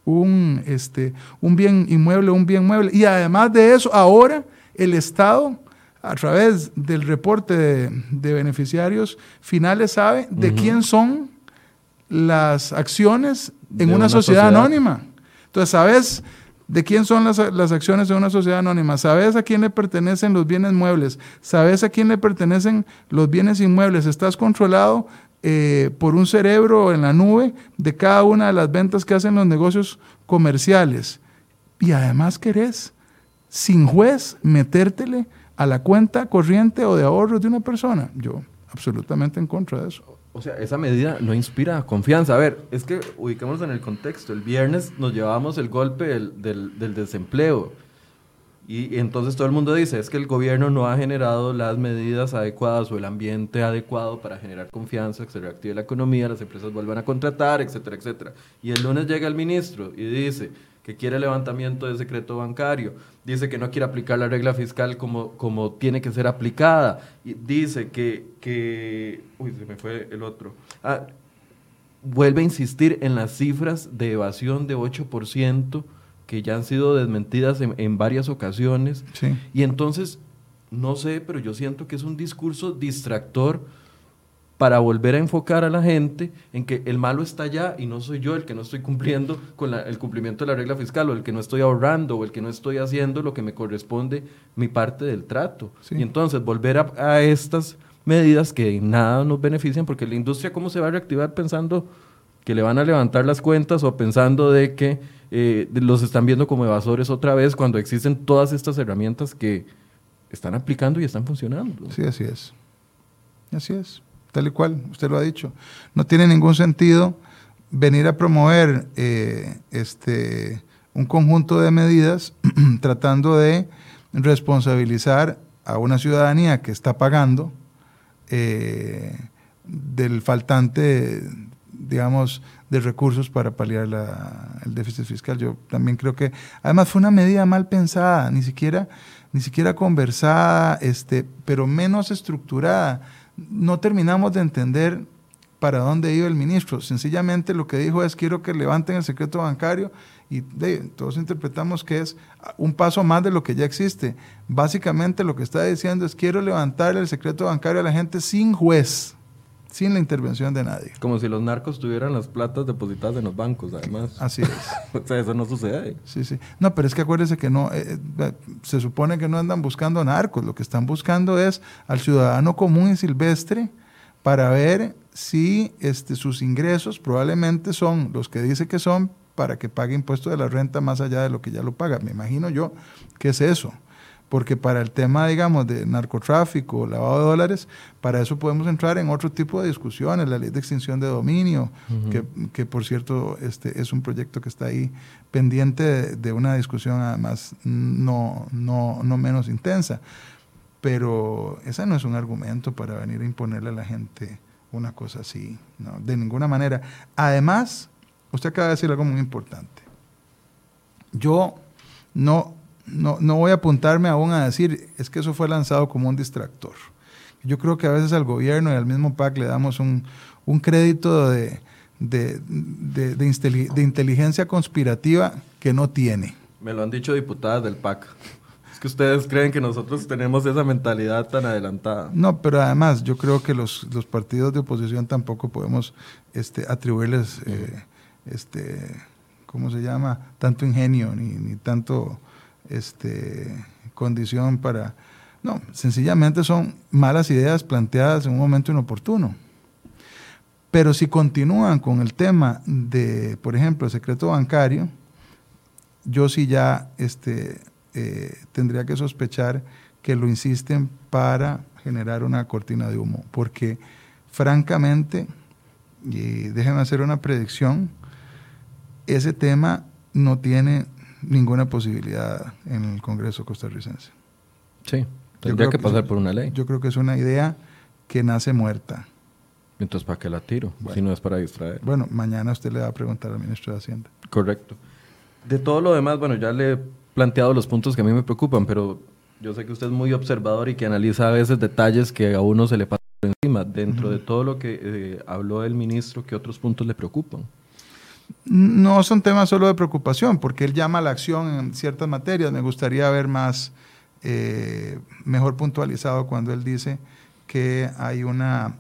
bien inmueble, un bien mueble. Y además de eso, ahora el Estado, a través del reporte de beneficiarios finales, sabe de quién son las acciones en una sociedad anónima. Entonces, sabes de quién son las acciones en una sociedad anónima, sabes a quién le pertenecen los bienes muebles, sabes a quién le pertenecen los bienes inmuebles, estás controlado por un cerebro en la nube de cada una de las ventas que hacen los negocios comerciales. Y además querés, sin juez, metértele a la cuenta corriente o de ahorros de una persona. Yo absolutamente en contra de eso. O sea, esa medida no inspira confianza. A ver, es que ubiquémonos en el contexto. El viernes nos llevábamos el golpe del desempleo. Y entonces todo el mundo dice, es que el gobierno no ha generado las medidas adecuadas o el ambiente adecuado para generar confianza, que se reactive la economía, las empresas vuelvan a contratar, etcétera, etcétera. Y el lunes llega el ministro y dice que quiere levantamiento de secreto bancario, dice que no quiere aplicar la regla fiscal como tiene que ser aplicada, y dice que uy, se me fue el otro. Vuelve a insistir en las cifras de evasión de 8%, que ya han sido desmentidas en varias ocasiones. Sí. Y entonces, no sé, pero yo siento que es un discurso distractor para volver a enfocar a la gente en que el malo está allá y no soy yo el que no estoy cumpliendo con el cumplimiento de la regla fiscal, o el que no estoy ahorrando, o el que no estoy haciendo lo que me corresponde, mi parte del trato. Sí. Y entonces volver a estas medidas que en nada nos benefician, porque la industria, ¿cómo se va a reactivar pensando que le van a levantar las cuentas o pensando de que los están viendo como evasores otra vez, cuando existen todas estas herramientas que están aplicando y están funcionando? Sí, así es. Así es, tal y cual, usted lo ha dicho. No tiene ningún sentido venir a promover un conjunto de medidas tratando de responsabilizar a una ciudadanía que está pagando del faltante, digamos, de recursos para paliar el déficit fiscal. Yo también creo que, además, fue una medida mal pensada, ni siquiera conversada, pero menos estructurada. No terminamos de entender para dónde iba el ministro. Sencillamente lo que dijo es: quiero que levanten el secreto bancario, y todos interpretamos que es un paso más de lo que ya existe. Básicamente lo que está diciendo es: quiero levantar el secreto bancario a la gente sin juez. sin la intervención de nadie. Como si los narcos tuvieran las platas depositadas en los bancos, además. Así es. O sea, eso no sucede. Sí, sí. No, pero es que acuérdese que no, se supone que no andan buscando narcos, lo que están buscando es al ciudadano común y silvestre para ver si sus ingresos probablemente son los que dice que son para que pague impuesto de la renta más allá de lo que ya lo paga. Me imagino yo que es eso. Porque para el tema, digamos, de narcotráfico, lavado de dólares, para eso podemos entrar en otro tipo de discusiones, la ley de extinción de dominio, que por cierto es un proyecto que está ahí pendiente de una discusión además no menos intensa. Pero ese no es un argumento para venir a imponerle a la gente una cosa así, no, de ninguna manera. Además, usted acaba de decir algo muy importante. Yo no voy a apuntarme aún a decir, es que eso fue lanzado como un distractor. Yo creo que a veces al gobierno y al mismo PAC le damos un crédito de inteligencia conspirativa que no tiene. Me lo han dicho diputadas del PAC. Es que ustedes creen que nosotros tenemos esa mentalidad tan adelantada. No, pero además yo creo que los partidos de oposición tampoco podemos atribuirles, ¿cómo se llama? Tanto ingenio ni tanto... condición para... No, sencillamente son malas ideas planteadas en un momento inoportuno. Pero si continúan con el tema de, por ejemplo, el secreto bancario, yo sí ya tendría que sospechar que lo insisten para generar una cortina de humo, porque francamente, y déjenme hacer una predicción, ese tema no tiene ninguna posibilidad en el Congreso costarricense. Sí, tendría que pasar por una ley. Yo creo que es una idea que nace muerta. Entonces, ¿para qué la tiro? Bueno, si no es para distraer. Bueno, mañana usted le va a preguntar al ministro de Hacienda. Correcto. De todo lo demás, bueno, ya le he planteado los puntos que a mí me preocupan, pero yo sé que usted es muy observador y que analiza a veces detalles que a uno se le pasan por encima. Dentro de todo lo que habló el ministro, ¿qué otros puntos le preocupan? No son temas solo de preocupación, porque él llama a la acción en ciertas materias. Me gustaría ver más, mejor puntualizado cuando él dice que hay una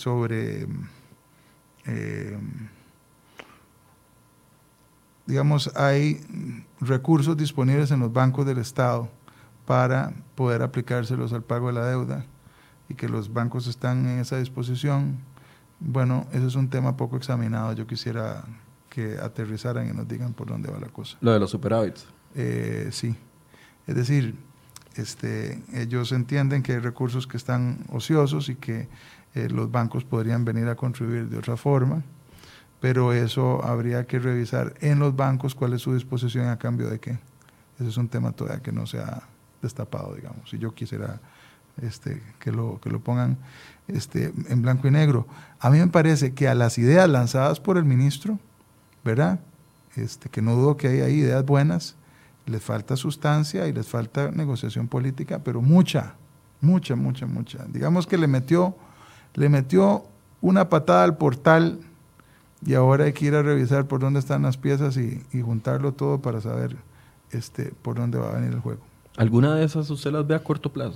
digamos, hay recursos disponibles en los bancos del Estado para poder aplicárselos al pago de la deuda y que los bancos están en esa disposición. Bueno, ese es un tema poco examinado. Yo quisiera que aterrizaran y nos digan por dónde va la cosa. Lo de los superávits. Sí. Es decir, ellos entienden que hay recursos que están ociosos y que los bancos podrían venir a contribuir de otra forma, pero eso habría que revisar en los bancos cuál es su disposición a cambio de qué. Ese es un tema todavía que no se ha destapado, digamos. Y yo quisiera que lo pongan en blanco y negro. A mí me parece que a las ideas lanzadas por el ministro, ¿verdad? Que no dudo que hay ahí ideas buenas, les falta sustancia y les falta negociación política, pero mucha. Digamos que le metió una patada al portal y ahora hay que ir a revisar por dónde están las piezas y juntarlo todo para saber por dónde va a venir el juego. ¿Alguna de esas usted las ve a corto plazo?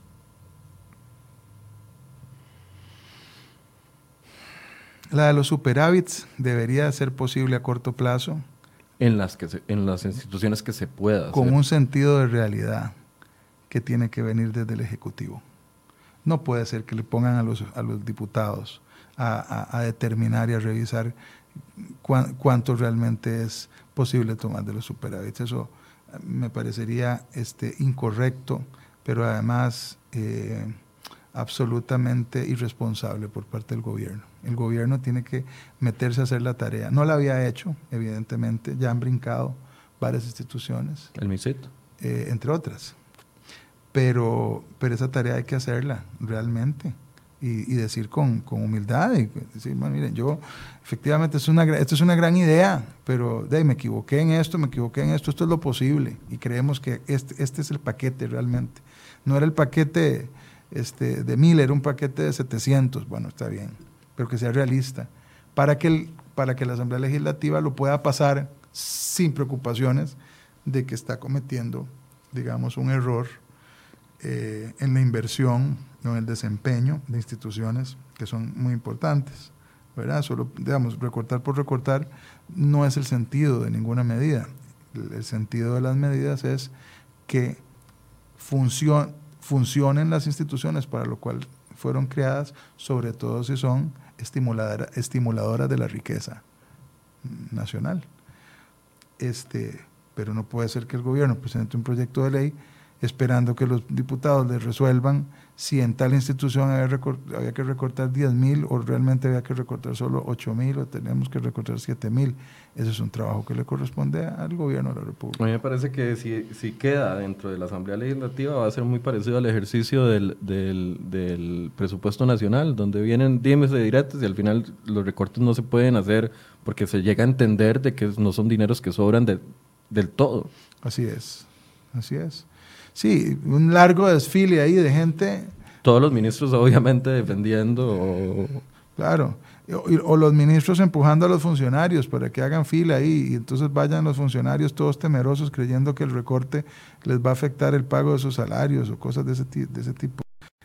La de los superávits debería ser posible a corto plazo. En las instituciones que se pueda con hacer. Un sentido de realidad que tiene que venir desde el Ejecutivo. No puede ser que le pongan a los diputados a determinar y a revisar cuánto realmente es posible tomar de los superávits. Eso me parecería incorrecto, pero además absolutamente irresponsable por parte del gobierno. El gobierno tiene que meterse a hacer la tarea. No la había hecho, evidentemente, ya han brincado varias instituciones. El MISIT. Entre otras. Pero esa tarea hay que hacerla realmente y decir con humildad y decir, bueno, miren, yo efectivamente esto es una gran idea, pero me equivoqué en esto, esto es lo posible y creemos que este es el paquete realmente. No era el paquete de 1000, era un paquete de 700, bueno, está bien, pero que sea realista, para que la Asamblea Legislativa lo pueda pasar sin preocupaciones de que está cometiendo, digamos, un error en la inversión con el desempeño de instituciones que son muy importantes, ¿verdad? Solo, digamos, recortar por recortar no es el sentido de ninguna medida. El sentido de las medidas es que funcionen las instituciones para lo cual fueron creadas, sobre todo si son estimuladoras de la riqueza nacional. Pero no puede ser que el gobierno presente un proyecto de ley esperando que los diputados le resuelvan si en tal institución había que recortar 10,000 o realmente había que recortar solo 8,000 o tenemos que recortar 7,000. Ese es un trabajo que le corresponde al gobierno de la República. A mí me parece que si queda dentro de la Asamblea Legislativa va a ser muy parecido al ejercicio del presupuesto nacional, donde vienen dimes de diretes y al final los recortes no se pueden hacer porque se llega a entender de que no son dineros que sobran del todo. Así es. Sí, un largo desfile ahí de gente. Todos los ministros obviamente defendiendo. Claro, o los ministros empujando a los funcionarios para que hagan fila ahí y entonces vayan los funcionarios todos temerosos creyendo que el recorte les va a afectar el pago de sus salarios o cosas de ese tipo.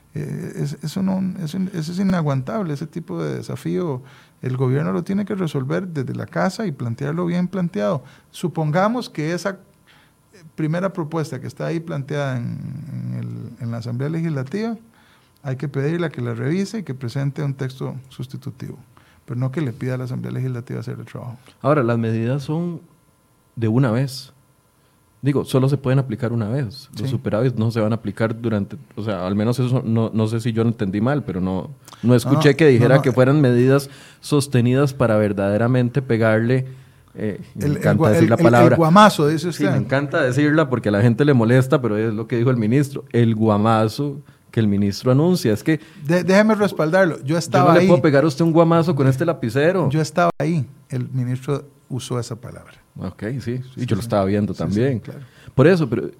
Eso es inaguantable, ese tipo de desafío. El gobierno lo tiene que resolver desde la casa y plantearlo bien planteado. Supongamos que esa primera propuesta que está ahí planteada en la Asamblea Legislativa, hay que pedirle a que la revise y que presente un texto sustitutivo, pero no que le pida a la Asamblea Legislativa hacer el trabajo. Ahora, las medidas son de una vez. Digo, solo se pueden aplicar una vez. Los superávits no se van a aplicar durante, o sea, al menos eso no sé si yo lo entendí mal, pero no escuché que dijera que fueran medidas sostenidas para verdaderamente pegarle. Me encanta decir la palabra. El guamazo, dice usted. Sí, me encanta decirla porque a la gente le molesta, pero es lo que dijo el ministro. El guamazo que el ministro anuncia. Es que... déjeme respaldarlo. Yo estaba ahí. Yo no le puedo pegar a usted un guamazo con este lapicero. Yo estaba ahí. El ministro usó esa palabra. Ok, sí. Y yo lo estaba viendo también. Sí, claro. Por eso, pero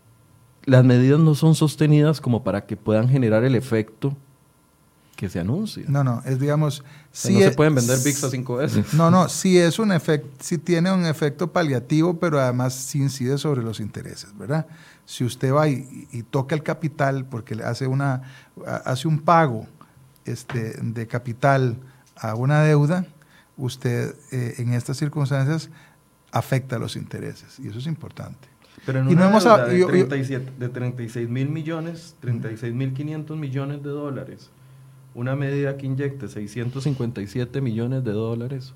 las medidas no son sostenidas como para que puedan generar el efecto que se anuncia. No, es digamos... Si no se pueden vender VIX a 5 veces. No, sí es un efecto, sí tiene un efecto paliativo, pero además sí incide sobre los intereses, ¿verdad? Si usted va y toca el capital porque le hace un pago de capital a una deuda, usted en estas circunstancias afecta los intereses y eso es importante. Pero en una deuda de 36,000 millones, 36,500 millones de dólares, una medida que inyecte 657 millones de dólares.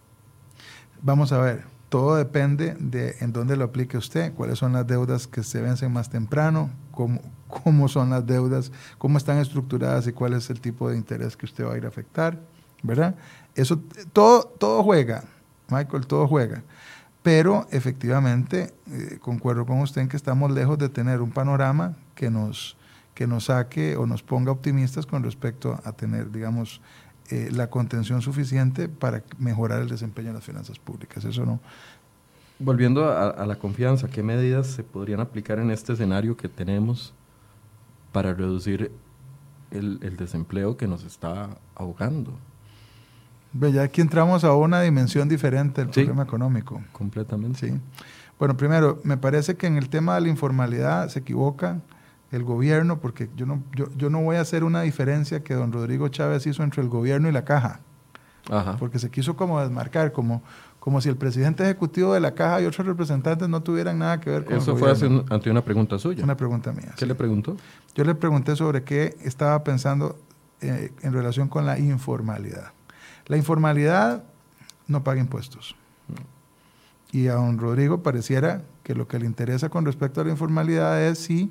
Vamos a ver, todo depende de en dónde lo aplique usted, cuáles son las deudas que se vencen más temprano, cómo son las deudas, cómo están estructuradas y cuál es el tipo de interés que usted va a ir a afectar, ¿verdad? Eso, todo juega, Michael, todo juega. Pero efectivamente, concuerdo con usted en que estamos lejos de tener un panorama que nos saque o nos ponga optimistas con respecto a tener, digamos, la contención suficiente para mejorar el desempeño de las finanzas públicas. Eso no. Volviendo a la confianza, ¿qué medidas se podrían aplicar en este escenario que tenemos para reducir el desempleo que nos está ahogando? Ya aquí entramos a una dimensión diferente del problema económico. Completamente. Sí. Bueno, primero, me parece que en el tema de la informalidad se equivoca el gobierno, porque yo no voy a hacer una diferencia que don Rodrigo Chávez hizo entre el gobierno y la caja. Ajá. Porque se quiso como desmarcar, como si el presidente ejecutivo de la caja y otros representantes no tuvieran nada que ver con eso. El Fue gobierno. ante una pregunta suya. Una pregunta mía. ¿Qué le preguntó? Yo le pregunté sobre qué estaba pensando en relación con la informalidad. La informalidad no paga impuestos. Y a don Rodrigo pareciera que lo que le interesa con respecto a la informalidad es si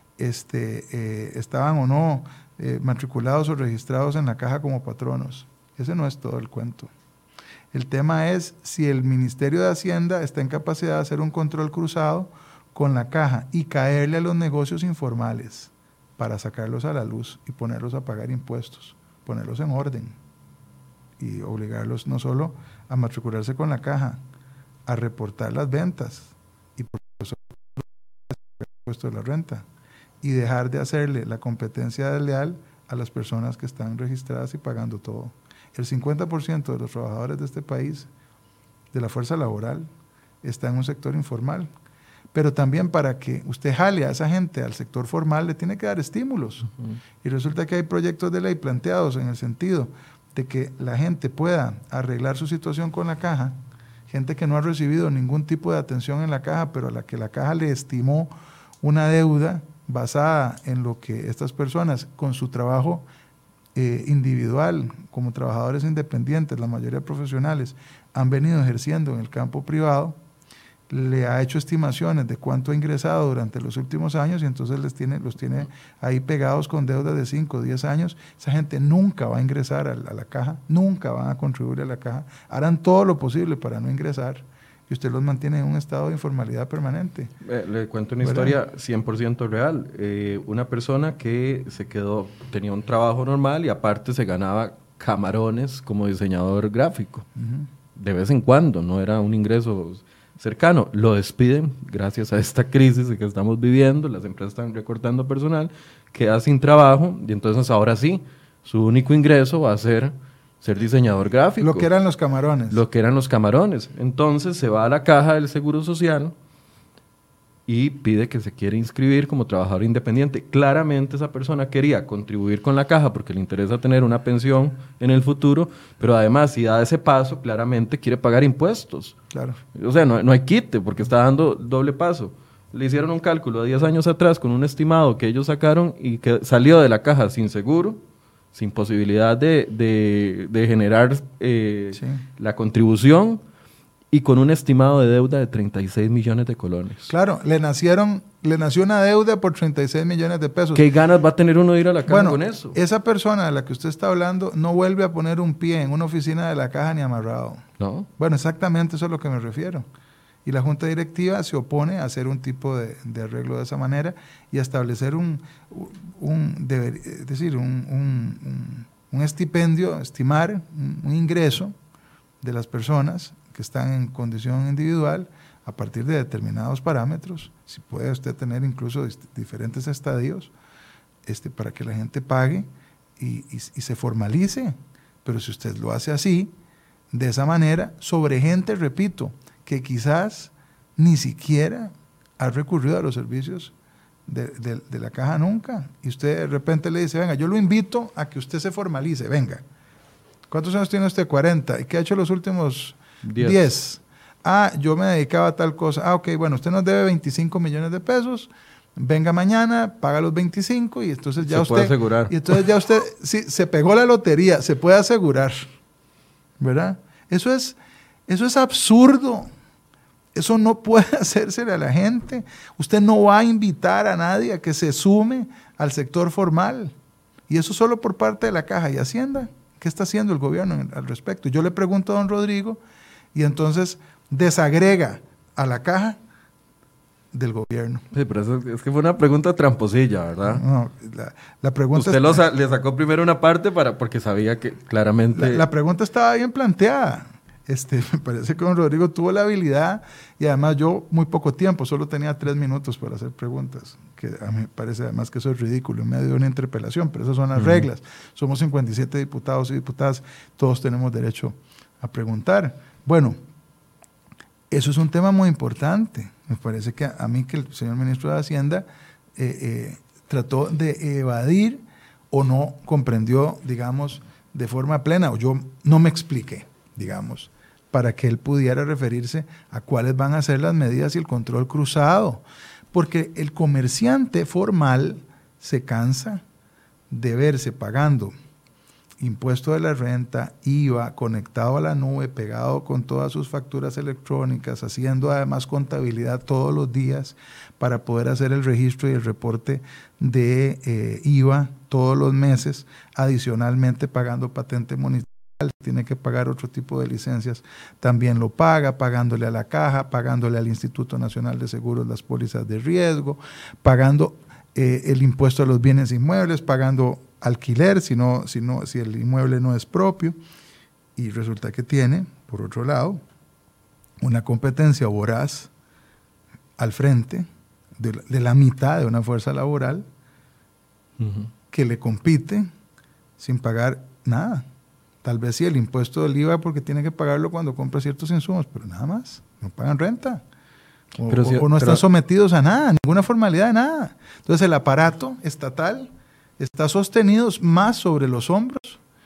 estaban o no matriculados o registrados en la caja como patronos. Ese no es todo el cuento. El tema es si el Ministerio de Hacienda está en capacidad de hacer un control cruzado con la caja y caerle a los negocios informales para sacarlos a la luz y ponerlos a pagar impuestos, ponerlos en orden y obligarlos no solo a matricularse con la caja, a reportar las ventas y por eso el impuesto de la renta y dejar de hacerle la competencia desleal a las personas que están registradas y pagando todo. El 50% de los trabajadores de este país, de la fuerza laboral, está en un sector informal. pero también para que usted jale a esa gente al sector formal le tiene que dar estímulos. Y resulta que hay proyectos de ley planteados en el sentido de que la gente pueda arreglar su situación con la caja, gente que no ha recibido ningún tipo de atención en la caja, pero a la que la caja le estimó una deuda basada en lo que estas personas con su trabajo individual, como trabajadores independientes, la mayoría profesionales, han venido ejerciendo en el campo privado, le ha hecho estimaciones de cuánto ha ingresado durante los últimos años y entonces los tiene ahí pegados con deudas de 5 o 10 años. Esa gente nunca va a ingresar a la caja, nunca van a contribuir a la caja, harán todo lo posible para no ingresar y usted los mantiene en un estado de informalidad permanente. Le cuento una historia 100% real. Una persona que tenía un trabajo normal y aparte se ganaba camarones como diseñador gráfico. De vez en cuando, no era un ingreso cercano. Lo despiden gracias a esta crisis que estamos viviendo, las empresas están recortando personal, queda sin trabajo y entonces ahora sí, su único ingreso va a ser diseñador gráfico. Lo que eran los camarones. Lo que eran los camarones. Entonces se va a la caja del Seguro Social y pide que se quiere inscribir como trabajador independiente. Claramente esa persona quería contribuir con la caja porque le interesa tener una pensión en el futuro, pero además si da ese paso, claramente quiere pagar impuestos. Claro. O sea, no hay quite porque está dando doble paso. Le hicieron un cálculo a 10 años atrás con un estimado que ellos sacaron y que salió de la caja sin seguro, sin posibilidad de generar la contribución, y con un estimado de deuda de 36 millones de colones. Claro, le nació una deuda por 36 millones de pesos. ¿Qué ganas va a tener uno de ir a la caja con eso? Esa persona de la que usted está hablando no vuelve a poner un pie en una oficina de la caja ni amarrado. ¿No? Bueno, exactamente eso es a lo que me refiero. Y la Junta Directiva se opone a hacer un tipo de arreglo de esa manera y a establecer un estipendio, estimar un ingreso de las personas que están en condición individual a partir de determinados parámetros. Si puede usted tener incluso diferentes estadios para que la gente pague y se formalice. Pero si usted lo hace así, de esa manera, sobre gente, repito, que quizás ni siquiera ha recurrido a los servicios de la caja nunca, y usted de repente le dice, venga, yo lo invito a que usted se formalice, venga. ¿Cuántos años tiene usted? 40. ¿Y qué ha hecho los últimos 10? Ah, yo me dedicaba a tal cosa. Ah, ok, bueno, usted nos debe 25 millones de pesos, venga mañana, paga los 25 y entonces ya usted... puede asegurar. Y entonces ya usted, sí, se pegó la lotería, se puede asegurar, ¿verdad? Eso es absurdo. Eso no puede hacérsele a la gente. Usted no va a invitar a nadie a que se sume al sector formal. Y eso solo por parte de la Caja y Hacienda. ¿Qué está haciendo el gobierno al respecto? Yo le pregunto a don Rodrigo y entonces desagrega a la Caja del gobierno. Sí, pero eso, es que fue una pregunta tramposilla, ¿verdad? No, la pregunta... Usted le sacó primero una parte porque sabía que claramente... La pregunta estaba bien planteada. Me parece que don Rodrigo tuvo la habilidad y además yo muy poco tiempo, solo tenía 3 minutos para hacer preguntas, que a mí me parece además que eso es ridículo en medio de una interpelación, pero esas son las reglas. Somos 57 diputados y diputadas, todos tenemos derecho a preguntar. Bueno, eso es un tema muy importante. Me parece que a mí que el señor ministro de Hacienda trató de evadir o no comprendió, digamos, de forma plena, o yo no me expliqué, digamos, para que él pudiera referirse a cuáles van a ser las medidas y el control cruzado. Porque el comerciante formal se cansa de verse pagando impuesto de la renta, IVA, conectado a la nube, pegado con todas sus facturas electrónicas, haciendo además contabilidad todos los días para poder hacer el registro y el reporte de IVA todos los meses, adicionalmente pagando patente municipal. Tiene que pagar otro tipo de licencias, también lo paga, pagándole a la Caja, pagándole al Instituto Nacional de Seguros las pólizas de riesgo, pagando el impuesto a los bienes inmuebles, pagando alquiler si el inmueble no es propio, y resulta que tiene, por otro lado, una competencia voraz al frente de la mitad de una fuerza laboral que le compite sin pagar nada. Tal vez sí el impuesto del IVA porque tiene que pagarlo cuando compra ciertos insumos, pero nada más, no pagan renta. o no están sometidos a nada, ninguna formalidad de nada. Entonces el aparato estatal está sostenido más sobre los hombros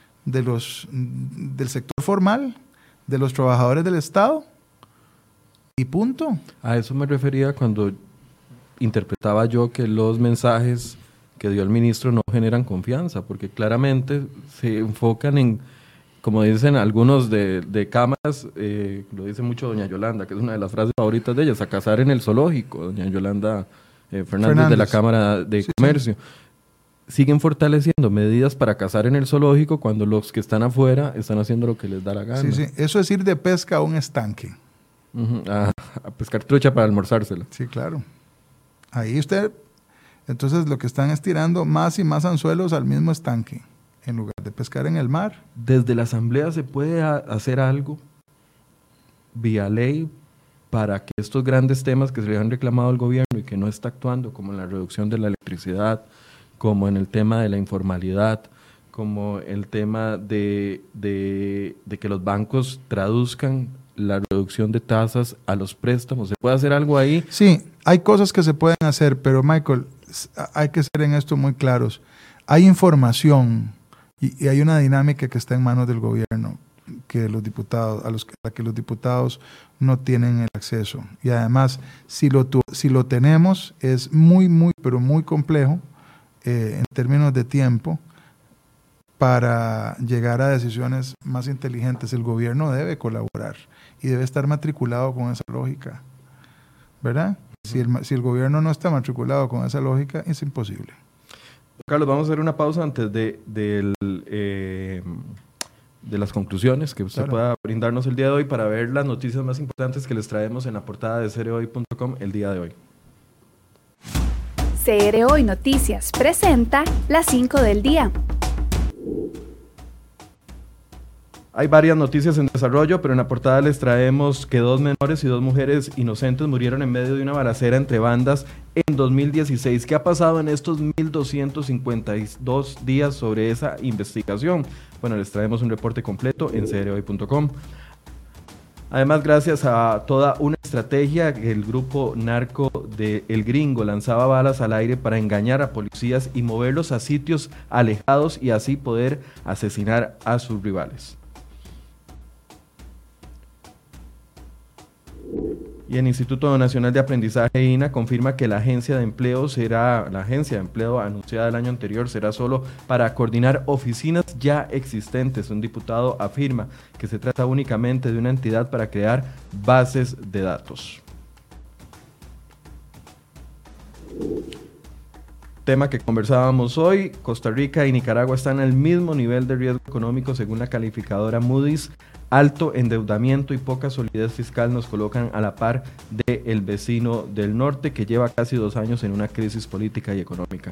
del sector formal, de los trabajadores del Estado, y punto. A eso me refería cuando interpretaba yo que los mensajes que dio el ministro no generan confianza, porque claramente se enfocan en, como dicen algunos de cámaras, lo dice mucho doña Yolanda, que es una de las frases favoritas de ellas, a cazar en el zoológico, doña Yolanda Fernández de la Cámara de Comercio. Sí. Siguen fortaleciendo medidas para cazar en el zoológico cuando los que están afuera están haciendo lo que les da la gana. Sí, sí, eso es ir de pesca a un estanque. A pescar trucha para almorzársela. Sí, claro. Ahí usted, entonces lo que están es tirando más y más anzuelos al mismo estanque, en lugar de pescar en el mar. Desde la Asamblea se puede hacer algo vía ley para que estos grandes temas que se le han reclamado al gobierno y que no está actuando, como en la reducción de la electricidad, como en el tema de la informalidad, como el tema de que los bancos traduzcan la reducción de tasas a los préstamos. ¿Se puede hacer algo ahí? Sí, hay cosas que se pueden hacer, pero Michael, hay que ser en esto muy claros. Hay información y hay una dinámica que está en manos del gobierno que los diputados, a la que los diputados no tienen el acceso. Y además, si lo tenemos, es muy, pero muy complejo en términos de tiempo para llegar a decisiones más inteligentes. El gobierno debe colaborar y debe estar matriculado con esa lógica, ¿verdad? Si el gobierno no está matriculado con esa lógica, es imposible. Carlos, vamos a hacer una pausa antes de las conclusiones que usted pueda brindarnos el día de hoy para ver las noticias más importantes que les traemos en la portada de cereohoy.com el día de hoy. CR Hoy Noticias presenta las 5 del día. Hay varias noticias en desarrollo, pero en la portada les traemos que 2 menores y 2 mujeres inocentes murieron en medio de una balacera entre bandas en 2016. ¿Qué ha pasado en estos 1.252 días sobre esa investigación? Bueno, les traemos un reporte completo en crhoy.com. Además, gracias a toda una estrategia, el grupo narco de El Gringo lanzaba balas al aire para engañar a policías y moverlos a sitios alejados y así poder asesinar a sus rivales. Y el Instituto Nacional de Aprendizaje INA confirma que la agencia de empleo anunciada el año anterior será solo para coordinar oficinas ya existentes. Un diputado afirma que se trata únicamente de una entidad para crear bases de datos. Tema que conversábamos hoy, Costa Rica y Nicaragua están al mismo nivel de riesgo económico según la calificadora Moody's. Alto endeudamiento y poca solidez fiscal nos colocan a la par del vecino del norte que lleva casi 2 años en una crisis política y económica.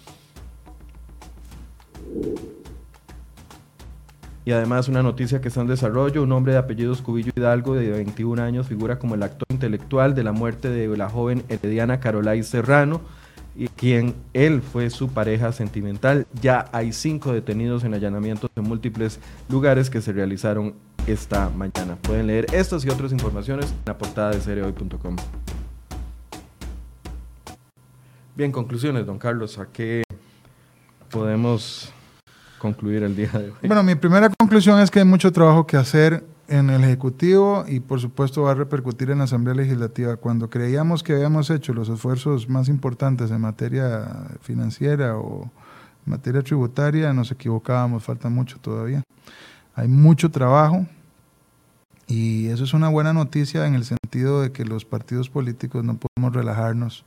Y además una noticia que está en desarrollo, un hombre de apellidos Cubillo Hidalgo de 21 años figura como el actor intelectual de la muerte de la joven herediana Carolay Serrano, y quien él fue su pareja sentimental. Ya hay 5 detenidos en allanamientos en múltiples lugares que se realizaron esta mañana. Pueden leer estas y otras informaciones en la portada de cereohoy.com. Bien, conclusiones, don Carlos, ¿a qué podemos concluir el día de hoy? Bueno, mi primera conclusión es que hay mucho trabajo que hacer en el Ejecutivo y por supuesto va a repercutir en la Asamblea Legislativa. Cuando creíamos que habíamos hecho los esfuerzos más importantes en materia financiera o en materia tributaria, nos equivocábamos, falta mucho todavía. Hay mucho trabajo y eso es una buena noticia en el sentido de que los partidos políticos no podemos relajarnos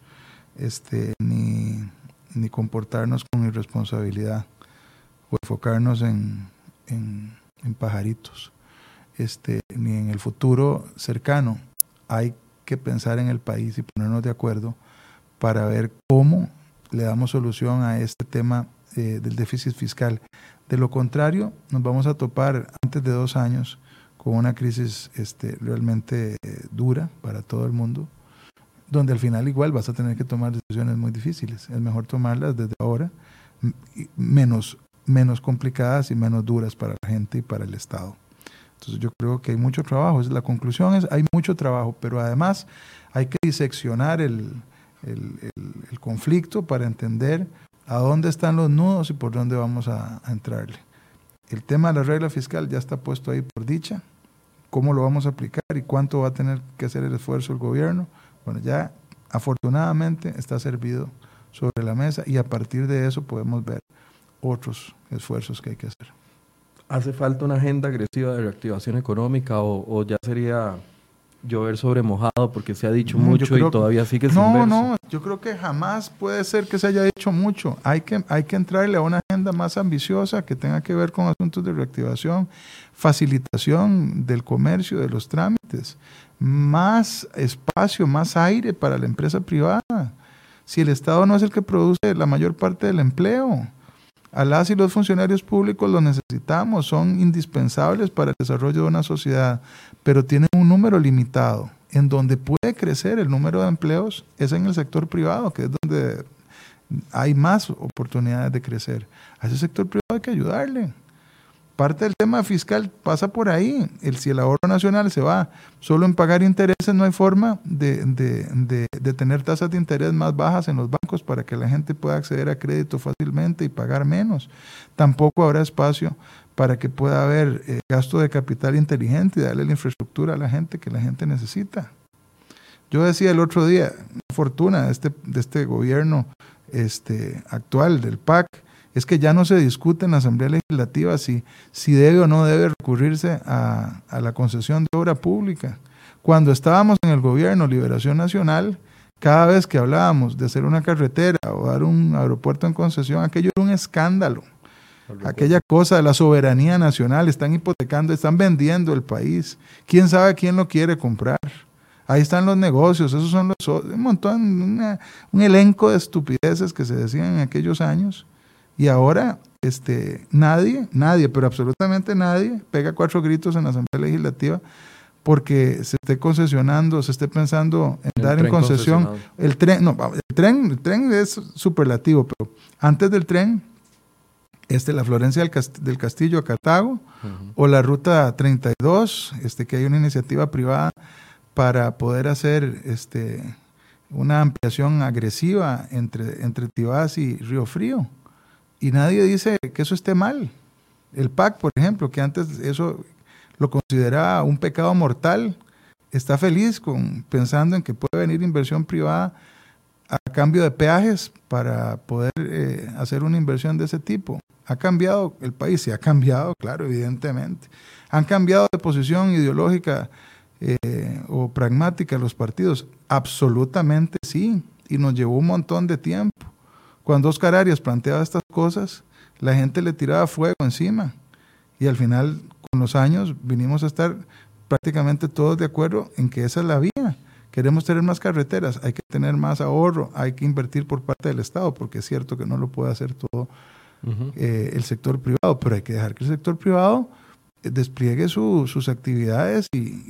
ni comportarnos con irresponsabilidad o enfocarnos en pajaritos. Ni en el futuro cercano. Hay que pensar en el país y ponernos de acuerdo para ver cómo le damos solución a este tema del déficit fiscal. De lo contrario, nos vamos a topar antes de 2 años con una crisis realmente dura para todo el mundo, donde al final igual vas a tener que tomar decisiones muy difíciles. Es mejor tomarlas desde ahora, menos complicadas y menos duras para la gente y para el Estado. Entonces yo creo que hay mucho trabajo. La conclusión es, hay mucho trabajo, pero además hay que diseccionar el conflicto para entender a dónde están los nudos y por dónde vamos a entrarle. El tema de la regla fiscal ya está puesto ahí por dicha. ¿Cómo lo vamos a aplicar y cuánto va a tener que hacer el esfuerzo el gobierno? Bueno, ya afortunadamente está servido sobre la mesa y a partir de eso podemos ver otros esfuerzos que hay que hacer. ¿Hace falta una agenda agresiva de reactivación económica o ya sería llover sobre mojado porque se ha dicho mucho y todavía sigue sin verse? No, yo creo que jamás puede ser que se haya dicho mucho. Hay que entrarle a una agenda más ambiciosa que tenga que ver con asuntos de reactivación, facilitación del comercio, de los trámites, más espacio, más aire para la empresa privada. Si el Estado no es el que produce la mayor parte del empleo, a las y los funcionarios públicos los necesitamos, son indispensables para el desarrollo de una sociedad, pero tienen un número limitado. En donde puede crecer el número de empleos es en el sector privado, que es donde hay más oportunidades de crecer. A ese sector privado hay que ayudarle. Parte del tema fiscal pasa por ahí. Si el ahorro nacional se va solo en pagar intereses, no hay forma de tener tasas de interés más bajas en los bancos para que la gente pueda acceder a crédito fácilmente y pagar menos. Tampoco habrá espacio para que pueda haber gasto de capital inteligente y darle la infraestructura a la gente que la gente necesita. Yo decía el otro día, una fortuna de este gobierno actual, del PAC, es que ya no se discute en la Asamblea Legislativa si debe o no debe recurrirse a la concesión de obra pública. Cuando estábamos en el gobierno Liberación Nacional, cada vez que hablábamos de hacer una carretera o dar un aeropuerto en concesión, aquello era un escándalo. Aquella cosa de la soberanía nacional, están hipotecando, están vendiendo el país. ¿Quién sabe quién lo quiere comprar? Ahí están los negocios, esos son un montón, un elenco de estupideces que se decían en aquellos años. Y ahora nadie, pero absolutamente nadie, pega 4 gritos en la Asamblea Legislativa porque se esté concesionando, se esté pensando en dar en concesión. El tren es superlativo, pero antes del tren, la Florencia del Castillo a Cartago, o la Ruta 32, que hay una iniciativa privada para poder hacer una ampliación agresiva entre Tibás y Río Frío. Y nadie dice que eso esté mal. El PAC, por ejemplo, que antes eso lo consideraba un pecado mortal, está feliz pensando en que puede venir inversión privada a cambio de peajes para poder hacer una inversión de ese tipo. ¿Ha cambiado el país? Sí, ha cambiado, claro, evidentemente. ¿Han cambiado de posición ideológica o pragmática los partidos? Absolutamente sí, y nos llevó un montón de tiempo. Cuando Oscar Arias planteaba estas cosas, la gente le tiraba fuego encima. Y al final, con los años, vinimos a estar prácticamente todos de acuerdo en que esa es la vía. Queremos tener más carreteras, hay que tener más ahorro, hay que invertir por parte del Estado, porque es cierto que no lo puede hacer todo el sector privado, pero hay que dejar que el sector privado despliegue sus actividades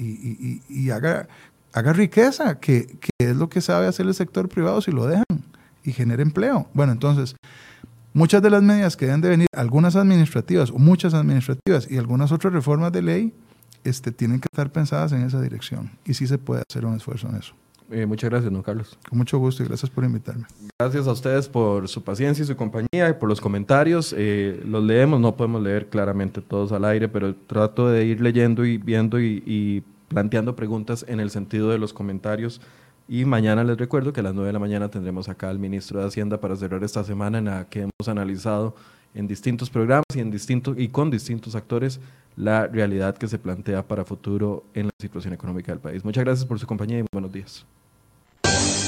y haga riqueza, que es lo que sabe hacer el sector privado si lo dejan. Y genera empleo. Bueno, entonces, muchas de las medidas que deben de venir, algunas administrativas o muchas administrativas y algunas otras reformas de ley, tienen que estar pensadas en esa dirección. Y sí se puede hacer un esfuerzo en eso. Muchas gracias, don Carlos. Con mucho gusto y gracias por invitarme. Gracias a ustedes por su paciencia y su compañía y por los comentarios. Los leemos, no podemos leer claramente todos al aire, pero trato de ir leyendo y viendo y planteando preguntas en el sentido de los comentarios. Y mañana les recuerdo que a las 9 de la mañana tendremos acá al ministro de Hacienda para cerrar esta semana en la que hemos analizado en distintos programas y con distintos actores la realidad que se plantea para futuro en la situación económica del país. Muchas gracias por su compañía y buenos días.